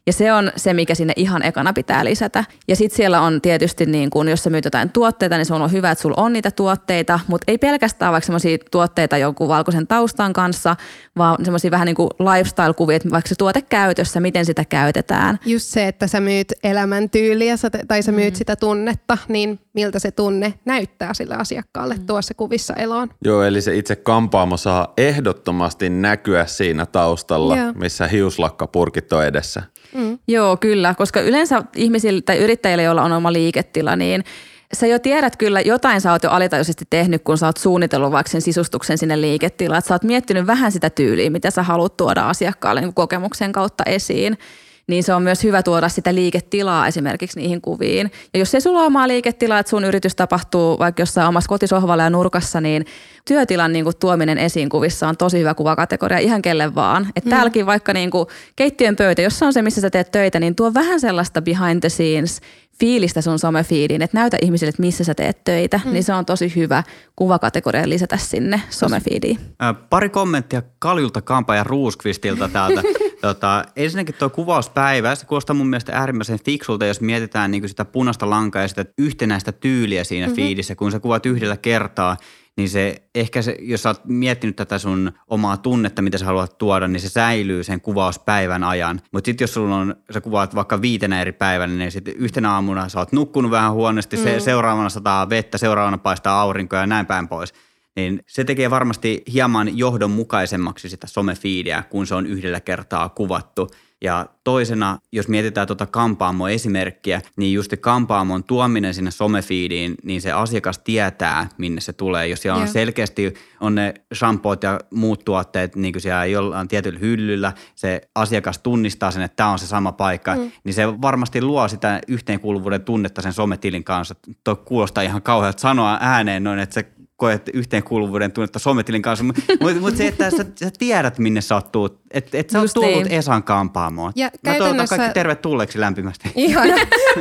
Ja se on se, mikä sinne ihan ekana pitää lisätä. Ja sitten siellä on tietysti, niin kun, jos sä myyt jotain tuotteita, niin se on hyvä, että sulla on niitä tuotteita, mutta ei pelkästään vaikka semmoisia tuotteita jonkun valkoisen taustan kanssa, vaan semmoisia vähän niin kuin lifestyle-kuvia, että vaikka se tuote käytössä, miten sitä käytetään. Just se, että sä myyt elämäntyyliä tai sä myyt mm. sitä tunnetta, niin miltä se tunne näyttää sille asiakkaalle mm. tuossa kuvissa eloon. Joo, eli se itse kampaamo saa ehdottomasti näkyä siinä taustalla, yeah. missä hiuslakkapurkit on edessä. Mm. Joo, kyllä, koska yleensä ihmisillä tai yrittäjillä, joilla on oma liiketila, niin sä jo tiedät kyllä, jotain sä oot jo alitajuisesti tehnyt, kun sä oot suunnitellut vaikka sen sisustuksen sinne liiketilaan. Että sä oot miettinyt vähän sitä tyyliä, mitä sä haluat tuoda asiakkaalle niin kokemuksen kautta esiin. Niin se on myös hyvä tuoda sitä liiketilaa esimerkiksi niihin kuviin. Ja jos ei sulla ole omaa liiketilaa, että sun yritys tapahtuu vaikka jossain omassa kotisohvalla ja nurkassa, niin työtilan niin kuin tuominen esiin kuvissa on tosi hyvä kuvakategoria ihan kelle vaan. Että mm. täälläkin vaikka niin kuin keittiön pöytä, jos se on se, missä sä teet töitä, niin tuo vähän sellaista behind the scenes fiilistä sun somefiidiin, että näytä ihmisille, että missä sä teet töitä, mm. niin se on tosi hyvä kuvakategoria lisätä sinne somefiidiin. Pari kommenttia Kaljulta, Kampa ja Ruuskvistilta täältä. tota, ensinnäkin tuo kuvauspäivä, se kuulostaa mun mielestä äärimmäisen fiksulta, jos mietitään niin kuin sitä punaista lankaa ja sitä yhtenäistä tyyliä siinä mm-hmm. fiidissä, kun sä kuvat yhdellä kertaa, niin se ehkä se, jos sä oot miettinyt tätä sun omaa tunnetta, mitä sä haluat tuoda, niin se säilyy sen kuvauspäivän ajan. Mutta sitten jos sulla on, sä kuvaat vaikka viitenä eri päivänä, niin sitten yhtenä aamuna sä oot nukkunut vähän huonosti, mm. se, seuraavana sataa vettä, seuraavana paistaa aurinko ja näin päin pois. Niin se tekee varmasti hieman johdonmukaisemmaksi sitä somefiidiä, kun se on yhdellä kertaa kuvattu. Ja toisena, jos mietitään tuota kampaamo-esimerkkiä, niin just kampaamon tuominen sinne somefiidiin, niin se asiakas tietää, minne se tulee. Jos siellä on Joo. selkeästi on ne shampoot ja muut tuotteet niin kuin siellä jollain tietyllä hyllyllä, se asiakas tunnistaa sen, että tämä on se sama paikka, mm. niin se varmasti luo sitä yhteenkuuluvuuden tunnetta sen sometilin kanssa. Tuo kuulostaa ihan kauhealta sanoa ääneen noin, että se koet yhteenkuuluvuuden tunnetta sometilin kanssa, mutta mut se, että sä, sä tiedät, minne sä oot tullut, että et sä oot tullut niin. Esan kampaamoon. Ja mä toivotan kaikki tervetulleeksi lämpimästi. Ihana.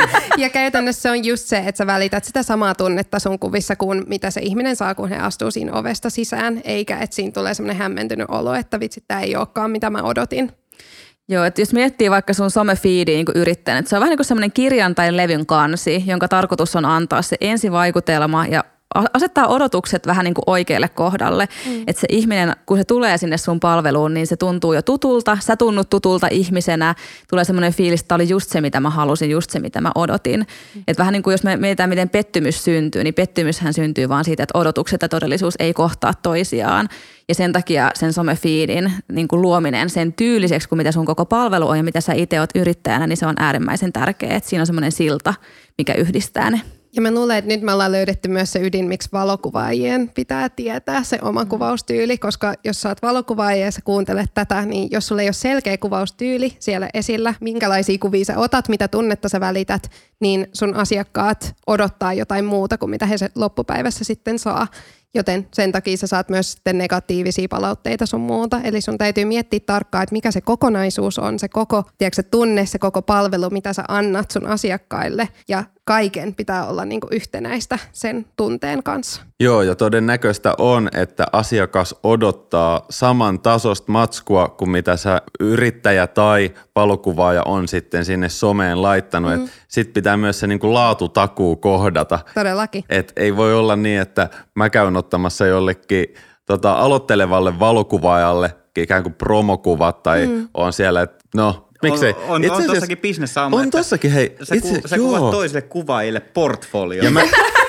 Ja käytännössä se on just se, että sä välität sitä samaa tunnetta sun kuvissa kuin mitä se ihminen saa, kun he astuu siinä ovesta sisään, eikä että siinä tulee semmoinen hämmentynyt olo, että vitsi, tää ei olekaan mitä mä odotin. Joo, että jos miettii vaikka sun somefiidiä niin yrittäjän, että se on vähän niin kuin semmoinen kirjan tai levyn kansi, jonka tarkoitus on antaa se ensivaikutelma ja asettaa odotukset vähän niin kuin oikealle kohdalle, mm. että se ihminen, kun se tulee sinne sun palveluun, niin se tuntuu jo tutulta, sä tunnut tutulta ihmisenä, tulee semmoinen fiilis, että oli just se, mitä mä halusin, just se, mitä mä odotin. Mm. Että vähän niin kuin jos me mietitään, miten pettymys syntyy, niin pettymyshän syntyy vaan siitä, että odotukset ja todellisuus ei kohtaa toisiaan. Ja sen takia sen somefiidin niin kuin luominen sen tyyliseksi, kuin mitä sun koko palvelu on ja mitä sä itse oot yrittäjänä, niin se on äärimmäisen tärkeää, että siinä on semmoinen silta, mikä yhdistää ne. Ja mä luulen, että nyt me ollaan löydetty myös se ydin, miksi valokuvaajien pitää tietää se oma mm. kuvaustyyli, koska jos sä oot valokuvaaja ja sä kuuntelet tätä, niin jos sulla ei ole selkeä kuvaustyyli siellä esillä, minkälaisia kuvia sä otat, mitä tunnetta sä välität, niin sun asiakkaat odottaa jotain muuta kuin mitä he se loppupäivässä sitten saa. Joten sen takia sä saat myös sitten negatiivisia palautteita sun muuta. Eli sun täytyy miettiä tarkkaan, että mikä se kokonaisuus on, se koko tiedätkö, se tunne, se koko palvelu, mitä sä annat sun asiakkaille. Ja kaiken pitää olla niin kuin yhtenäistä sen tunteen kanssa. Joo, ja todennäköistä on, että asiakas odottaa saman tasosta matskua kuin mitä sä yrittäjä tai valokuvaaja on sitten sinne someen laittanut. Mm. Sitten pitää myös se niin kuin laatutakuu kohdata. Todellakin. Et ei voi olla niin, että mä käyn ottamassa jollekin tota, aloittelevalle valokuvaajalle ikään kuin promokuvat tai mm. on siellä, että no... Miksei? On, on, on tossakin bisnessaamu. On tossakin, hei. Sä, itse, ku, sä kuvat toisille kuvaajille portfolio. Ja, mä,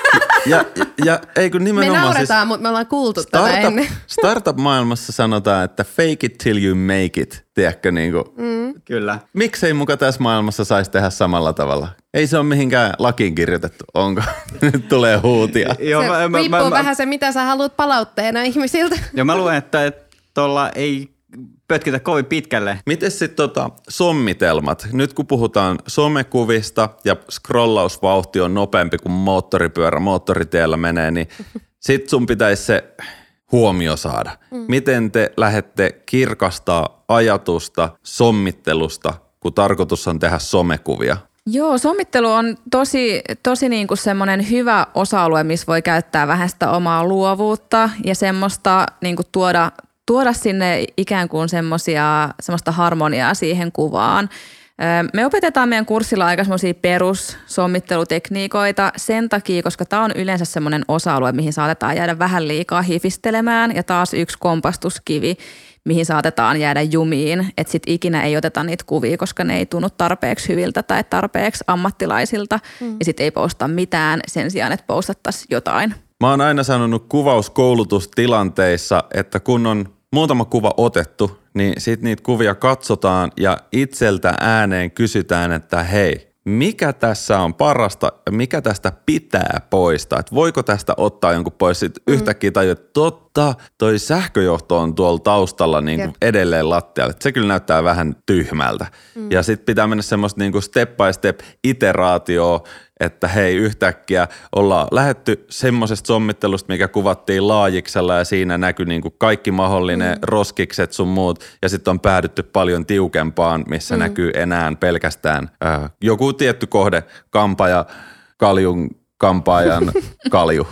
ja, ja, ja ei kun nimenomaan me naurataan, siis, mutta me ollaan kuultu startup, tätä ennen. Startup-maailmassa sanotaan, että fake it till you make it. Tiedätkö niin kuin? Mm. Kyllä. Miksei muka tässä maailmassa saisi tehdä samalla tavalla? Ei se ole mihinkään lakiin kirjoitettu, onko? Nyt tulee huutia. Joo, se mä, mä, riippuu mä, vähän mä, se, mitä sä haluat palautteena ihmisiltä. Joo, mä luen, että tuolla ei... pötkitä kovin pitkälle. Miten sitten tota, sommitelmat? Nyt kun puhutaan somekuvista ja scrollausvauhti on nopeampi kuin moottoripyörä moottoritiellä menee, niin sit sun pitäisi se huomio saada. Mm. Miten te lähdette kirkastaa ajatusta sommittelusta, kun tarkoitus on tehdä somekuvia? Joo, sommittelu on tosi, tosi niin kuin semmoinen hyvä osa-alue, missä voi käyttää vähän sitä omaa luovuutta ja semmoista niin kuin tuoda tuoda sinne ikään kuin semmosia, semmoista harmoniaa siihen kuvaan. Me opetetaan meidän kurssilla aika semmoisia perussommittelutekniikoita sen takia, koska tämä on yleensä semmoinen osa-alue, mihin saatetaan jäädä vähän liikaa hifistelemään ja taas yksi kompastuskivi, mihin saatetaan jäädä jumiin, että sitten ikinä ei oteta niitä kuvia, koska ne ei tunnu tarpeeksi hyviltä tai tarpeeksi ammattilaisilta mm. ja sitten ei posta mitään sen sijaan, että postattaisiin jotain. Mä oon aina sanonut kuvauskoulutustilanteissa, että kun on muutama kuva otettu, niin sitten niitä kuvia katsotaan ja itseltä ääneen kysytään, että hei, mikä tässä on parasta ja mikä tästä pitää poistaa? Että voiko tästä ottaa jonkun pois? Sitten mm. yhtäkkiä tajuu, että totta, toi sähköjohto on tuolla taustalla niin kuin edelleen lattialla. Se kyllä näyttää vähän tyhmältä. Mm. Ja sitten pitää mennä semmoista niin kuin step by step iteraatioa, että hei, yhtäkkiä ollaan lähdetty semmoisesta sommittelusta, mikä kuvattiin laajiksella ja siinä näkyi niin kuin kaikki mahdollinen mm. roskikset sun muut. Ja sitten on päädytty paljon tiukempaan, missä mm. näkyy enää pelkästään äh, joku tietty kohde, kampa ja kaljun kampaajan kalju.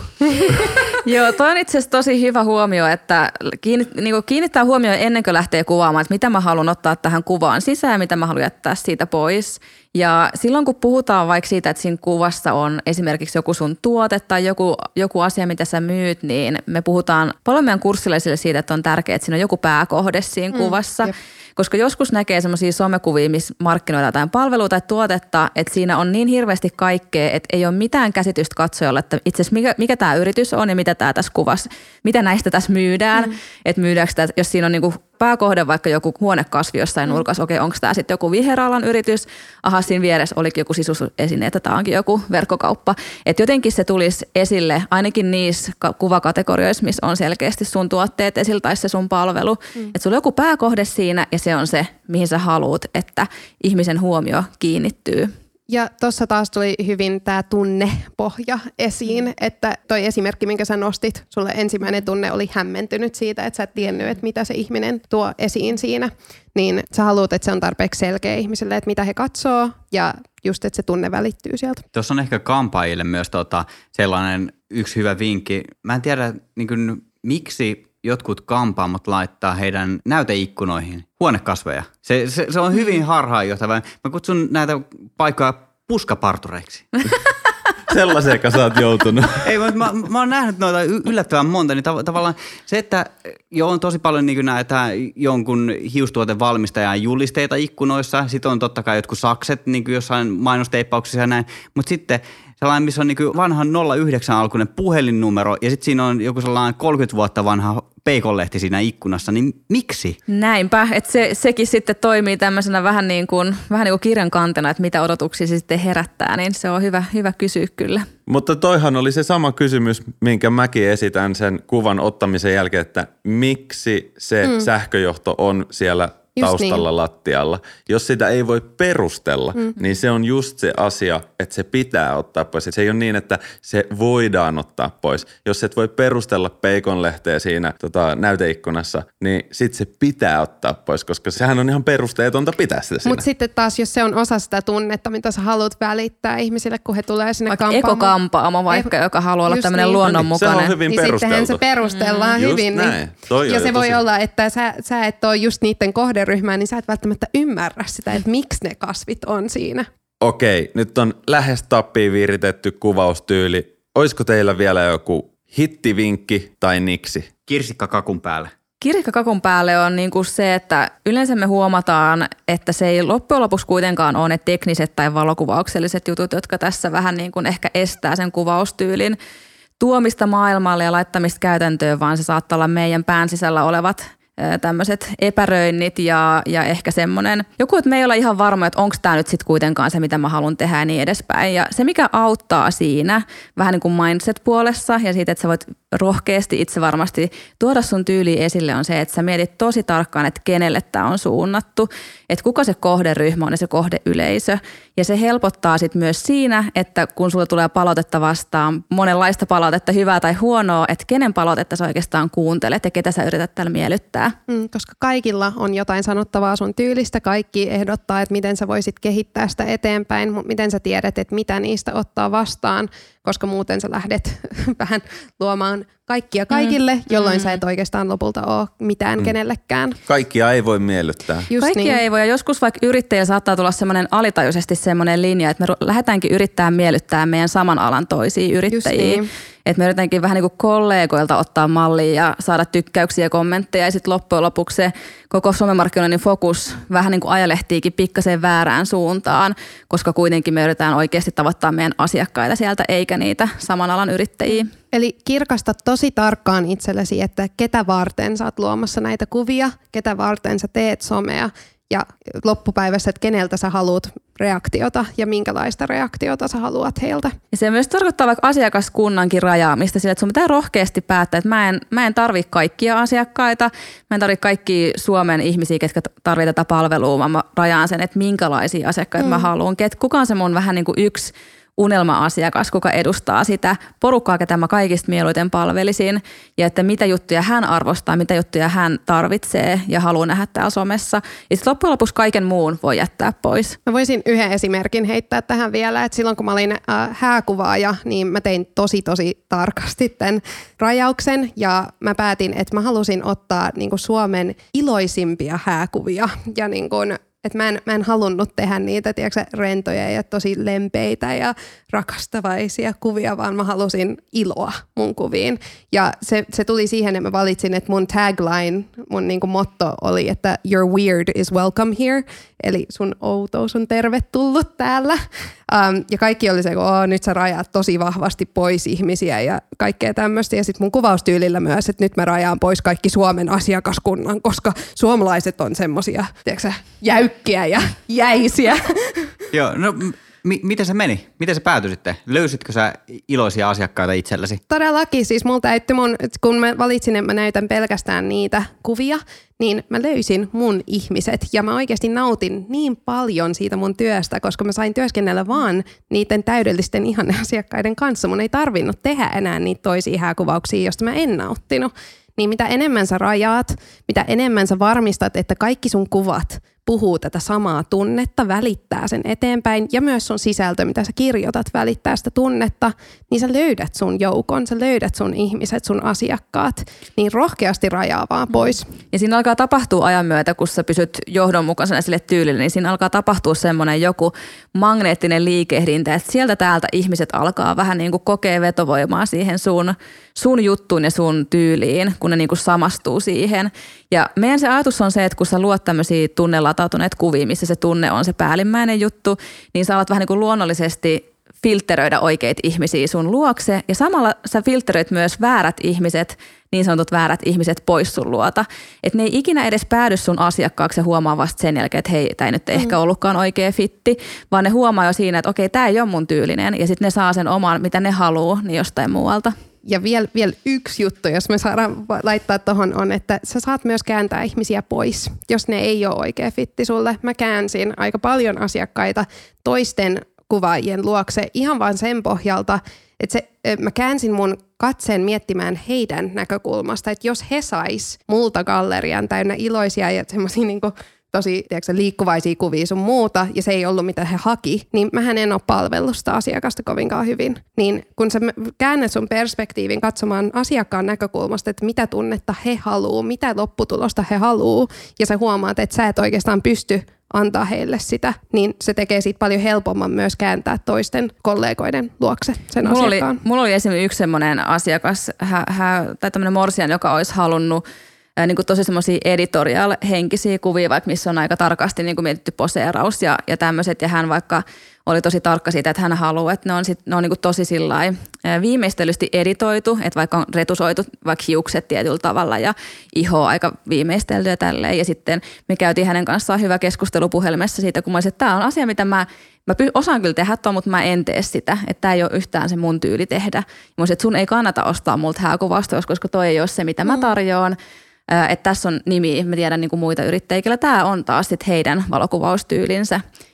Joo, toi on itse asiassa tosi hyvä huomio, että kiinnittää huomioon ennen kuin lähtee kuvaamaan, että mitä mä haluan ottaa tähän kuvaan sisään, mitä mä haluan jättää siitä pois. Ja silloin kun puhutaan vaikka siitä, että siinä kuvassa on esimerkiksi joku sun tuote tai joku, joku asia, mitä sä myyt, niin me puhutaan paljon meidän kurssilaisille siitä, että on tärkeää, että siinä on joku pääkohde siinä mm, kuvassa. Jep. Koska joskus näkee semmoisia somekuvia, missä markkinoidaan jotain palvelua tai tuotetta, että siinä on niin hirveästi kaikkea, että ei ole mitään käsitystä katsojalle, että itse asiassa mikä, mikä tämä yritys on ja mitä tämä tässä kuvassa, mitä näistä tässä myydään. Mm. Että myydäänkö tämä, jos siinä on niinku pääkohde vaikka joku huonekasvi jossain mm. nurkassa, okei, onko tämä sitten joku viheralan yritys, aha, siinä vieressä olikin joku sisusesine, että tämä onkin joku verkkokauppa. Että jotenkin se tulisi esille ainakin niissä kuvakategorioissa, missä on selkeästi sun tuotteet esillä tai se sun palvelu. Mm. Että sulla on joku pääkohde siinä ja se on se, mihin sä haluat, että ihmisen huomio kiinnittyy. Ja tuossa taas tuli hyvin tämä tunnepohja esiin, että toi esimerkki, minkä sä nostit, sulle ensimmäinen tunne oli hämmentynyt siitä, että sä et tiennyt, että mitä se ihminen tuo esiin siinä. Niin sä haluat, että se on tarpeeksi selkeä ihmiselle, että mitä he katsoo ja just, että se tunne välittyy sieltä. Tuossa on ehkä kampaajille myös tota sellainen yksi hyvä vinkki. Mä en tiedä niin kuin, miksi jotkut kampaamot laittaa heidän näyteikkunoihin huonekasveja. Se, se, se on hyvin harhaanjohtava. Mä kutsun näitä paikkoja puskapartureiksi. Sellaiseenko sä oot joutunut? Ei, mutta mä, mä oon nähnyt noita yllättävän monta, niin tav- tavallaan se, että jo on tosi paljon niin näitä jonkun hiustuotevalmistajan julisteita ikkunoissa, sitten on totta kai jotkut sakset niin jossain mainosteippauksissa ja näin, mutta sitten sellainen, missä on niin vanhan nolla yhdeksän alkuinen puhelinnumero ja sitten siinä on joku sellainen kolmekymmentä vuotta vanha peikonlehti siinä ikkunassa, niin miksi? Näinpä, että se, sekin sitten toimii tämmöisenä vähän niin kuin, vähän niin kuin kirjan kantena, että mitä odotuksia se sitten herättää, niin se on hyvä, hyvä kysyä kyllä. Mutta toihan oli se sama kysymys, minkä mäkin esitän sen kuvan ottamisen jälkeen, että miksi se mm. sähköjohto on siellä taustalla niin. lattialla. Jos sitä ei voi perustella, mm. niin se on just se asia, että se pitää ottaa pois. Et se ei ole niin, että se voidaan ottaa pois. Jos et voi perustella peikonlehteä siinä tota, näyteikkunassa, niin sit se pitää ottaa pois, koska sehän on ihan perusteetonta pitää sitä siinä. Mutta sitten taas, jos se on osa sitä tunnetta, mitä sä haluat välittää ihmisille, kun he tulee sinne vaikka kampaamaan. Ekokampaamo vaikka, Eko, joka haluaa olla tämmöinen niin. luonnonmukainen. Se on hyvin niin perusteltu. Sittenhän se perustellaan mm. hyvin. Niin. Ja se voi tosi. olla, että sä, sä et ole just niiden kohderyhmää, niin sä et välttämättä ymmärrä sitä, että miksi ne kasvit on siinä. Okei, nyt on lähes tappiin viritetty kuvaustyyli. Olisiko teillä vielä joku hittivinkki tai niksi? Kirsikkakakun päälle. Kirsikkakakun päälle on niin kuin se, että yleensä me huomataan, että se ei loppujen lopuksi kuitenkaan ole ne tekniset tai valokuvaukselliset jutut, jotka tässä vähän niin kuin ehkä estää sen kuvaustyylin tuomista maailmalle ja laittamista käytäntöön, vaan se saattaa olla meidän pään sisällä olevat tämmöiset epäröinnit ja, ja ehkä semmoinen, joku, että me ei olla ihan varma, että onko tämä nyt sitten kuitenkaan se, mitä mä haluan tehdä ja niin edespäin. Ja se, mikä auttaa siinä, vähän niin kuin mindset-puolessa ja siitä, että sä voit rohkeasti itse varmasti tuoda sun tyyliä esille, on se, että sä mietit tosi tarkkaan, että kenelle tämä on suunnattu, että kuka se kohderyhmä on ja se kohdeyleisö. Ja se helpottaa sitten myös siinä, että kun sulla tulee palautetta vastaan, monenlaista palautetta, hyvää tai huonoa, että kenen palautetta sä oikeastaan kuuntelet ja ketä sä yrität täällä miellyttää. Mm, koska kaikilla on jotain sanottavaa sun tyylistä, kaikki ehdottaa, että miten sä voisit kehittää sitä eteenpäin, mutta miten sä tiedät, että mitä niistä ottaa vastaan, koska muuten sä lähdet vähän luomaan kaikkia kaikille, mm. jolloin mm. sä et oikeastaan lopulta ole mitään mm. kenellekään. Kaikkia ei voi miellyttää. Just Kaikkia niin. ei voi, ja joskus vaikka yrittäjä saattaa tulla semmoinen alitajuisesti semmoinen linja, että me lähdetäänkin yrittää miellyttää meidän saman alan toisia yrittäjiä. Niin. Että me yritetänkin vähän niin kuin kollegoilta ottaa mallia ja saada tykkäyksiä ja kommentteja, ja sitten loppujen lopuksi se koko somemarkkinoinnin fokus vähän niin kuin ajelehtiikin pikkasen väärään suuntaan, koska kuitenkin me yritetään oikeasti tavoittaa meidän asiakkaita sieltä, eikä niitä saman alan yrittäjiä. Eli kirkasta tosi tarkkaan itsellesi, että ketä varten sä oot luomassa näitä kuvia, ketä varten sä teet somea ja loppupäivässä, että keneltä sä haluat reaktiota ja minkälaista reaktiota sä haluat heiltä. Ja se myös tarkoittaa vaikka asiakaskunnankin rajaamista sille, että sun pitää rohkeasti päättää, että mä en, mä en tarvi kaikkia asiakkaita, mä en tarvi kaikkia Suomen ihmisiä, ketkä tarvii tätä palvelua, vaan mä rajaan sen, että minkälaisia asiakkaita mm. mä haluan. Kuka on se mun vähän niin kuin yksi unelma-asiakas, kuka edustaa sitä porukkaa, ketä mä kaikista mieluiten palvelisin, ja että mitä juttuja hän arvostaa, mitä juttuja hän tarvitsee ja haluaa nähdä täällä somessa. Ja sitten loppujen lopuksi kaiken muun voi jättää pois. Mä voisin yhden esimerkin heittää tähän vielä, että silloin kun mä olin äh, hääkuvaaja, niin mä tein tosi tosi tarkasti tämän rajauksen, ja mä päätin, että mä halusin ottaa niin kuin Suomen iloisimpia hääkuvia, ja niin kuin että mä en, mä en halunnut tehdä niitä, tiedätkö, rentoja ja tosi lempeitä ja rakastavaisia kuvia, vaan mä halusin iloa mun kuviin. Ja se, se tuli siihen, että mä valitsin, että mun tagline, mun niin kuin motto oli, että your weird is welcome here. Eli sun outous on tervetullut täällä. Um, ja kaikki oli se, että nyt sä rajaat tosi vahvasti pois ihmisiä ja kaikkea tämmöistä. Ja sitten mun kuvaustyylillä myös, että nyt mä rajaan pois kaikki Suomen asiakaskunnan, koska suomalaiset on semmosia, tiedätkö, jäykkiä ja jäisiä. Joo, no m- miten se meni? Miten se päätyi sitten? Löysitkö sä iloisia asiakkaita itsellesi? Todellakin, siis mulla täytti mun, kun mä valitsin, että mä näytän pelkästään niitä kuvia, niin mä löysin mun ihmiset ja mä oikeasti nautin niin paljon siitä mun työstä, koska mä sain työskennellä vaan niiden täydellisten ihanneasiakkaiden kanssa. Mun ei tarvinnut tehdä enää niitä toisia hääkuvauksia, josta mä en nauttinut. Niin mitä enemmän sä rajaat, mitä enemmän sä varmistat, että kaikki sun kuvat puhuu tätä samaa tunnetta, välittää sen eteenpäin ja myös sun sisältö, mitä sä kirjoitat, välittää sitä tunnetta, niin sä löydät sun joukon, sä löydät sun ihmiset, sun asiakkaat, niin rohkeasti rajaa vaan pois. Ja siinä alkaa tapahtua ajan myötä, kun sä pysyt johdonmukaisena sille tyylille, niin siinä alkaa tapahtua semmoinen joku magneettinen liikehdintä, että sieltä täältä ihmiset alkaa vähän niin kuin kokea vetovoimaa siihen sun, sun juttuun ja sun tyyliin, kun ne niin kuin samastuu siihen. Ja meidän se ajatus on se, että kun sä luot tämmöisiä tunnelatautuneet kuvia, missä se tunne on se päällimmäinen juttu, niin sä alat vähän niin kuin luonnollisesti filtteröidä oikeita ihmisiä sun luokse ja samalla sä filtteröit myös väärät ihmiset, niin sanotut väärät ihmiset pois sun luota. Että ne ei ikinä edes päädy sun asiakkaaksi ja huomaa vasta sen jälkeen, että hei, tämä ei nyt mm. ehkä ollutkaan oikea fitti, vaan ne huomaa jo siinä, että okei, tämä ei ole mun tyylinen ja sitten ne saa sen oman, mitä ne haluaa, niin jostain muualta. Ja vielä, vielä yksi juttu, jos me saadaan laittaa tuohon, on, että sä saat myös kääntää ihmisiä pois, jos ne ei ole oikea fitti sulle. Mä käänsin aika paljon asiakkaita toisten kuvaajien luokse ihan vaan sen pohjalta, että se, mä käänsin mun katseen miettimään heidän näkökulmasta, että jos he sais multa gallerian täynnä iloisia ja semmoisia niinku tosi tiedätkö, liikkuvaisia kuvia sun muuta, ja se ei ollut mitä he haki, niin mähän en ole palvellut sitä asiakasta kovinkaan hyvin. Niin kun sä käännät sun perspektiivin katsomaan asiakkaan näkökulmasta, että mitä tunnetta he haluu, mitä lopputulosta he haluu, ja sä huomaat, että sä et oikeastaan pysty antaa heille sitä, niin se tekee siitä paljon helpomman myös kääntää toisten kollegoiden luokse sen mulla asiakkaan. Oli, mulla oli esimerkiksi yksi semmoinen asiakas, hä, hä, tai tämmöinen morsian, joka olisi halunnut niin kuin tosi semmoisia editorial-henkisiä kuvia, vaikka missä on aika tarkasti niin kuin mietitty poseeraus ja, ja tämmöiset. Ja hän vaikka oli tosi tarkka siitä, että hän haluaa, että ne on, sit, ne on niin kuin tosi sillai viimeistelysti editoitu, että vaikka on retusoitu vaikka hiukset tietyllä tavalla ja iho aika viimeistelty ja tälleen. Ja sitten me käytiin hänen kanssaan hyvä keskustelu puhelimessa siitä, kun mä olisin, että tämä on asia, mitä mä Mä osaan kyllä tehdä tuon, mutta mä en tee sitä. Että tämä ei ole yhtään se mun tyyli tehdä. Mä olisin, että sun ei kannata ostaa multa hääkuvausta, koska toi ei ole se, mitä mä tarjoan. Että tässä on nimi, mä tiedän niin kuin muita yrittäjiä, tämä on taas sit heidän valokuvaustyylinsä.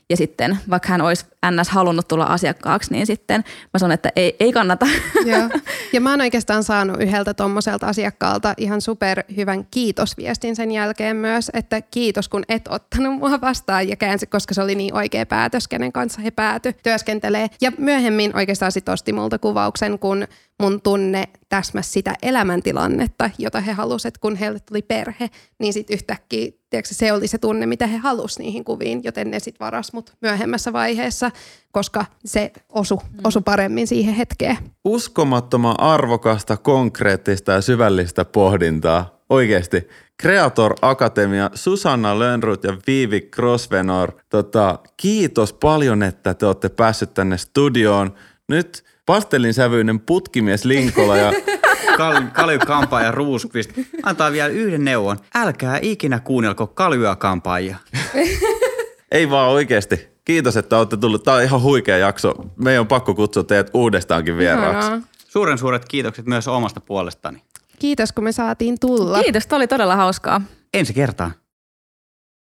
Ja sitten vaikka hän olisi ns. Halunnut tulla asiakkaaksi, niin sitten mä sanon, että ei, ei kannata. Joo. Ja mä oon oikeastaan saanut yhdeltä tommoselta asiakkaalta ihan super hyvän kiitosviestin sen jälkeen myös, että kiitos kun et ottanut mua vastaan ja käänsi, koska se oli niin oikea päätös, kenen kanssa he pääty työskentelee. Ja myöhemmin oikeastaan sit osti multa kuvauksen, kun mun tunne täsmäsi sitä elämäntilannetta, jota he halusivat, kun heille tuli perhe, niin sitten yhtäkkiä tiedätkö, se oli se tunne, mitä he halusivat niihin kuviin, joten ne sitten varas mut myöhemmässä vaiheessa, koska se osui osu paremmin siihen hetkeen. Uskomattoman arvokasta, konkreettista ja syvällistä pohdintaa. Oikeasti. Creator Akatemia, Susanna Lönnrot ja Viivi Grosvenor, tota, kiitos paljon, että te olette päässyt tänne studioon. Nyt pastellinsävyinen putkimies Linkola ja Kal- Kalju Kampa ja Ruuskvist antaa vielä yhden neuvon. Älkää ikinä kuunnelko Kaljua Kampaajia. Ei vaan oikeasti. Kiitos, että olette tullut. Tämä on ihan huikea jakso. Meidän on pakko kutsua teidät uudestaankin vieraaksi. Ihanaa. Suuren suuret kiitokset myös omasta puolestani. Kiitos, kun me saatiin tulla. Kiitos, tämä oli todella hauskaa. Ensi kertaan.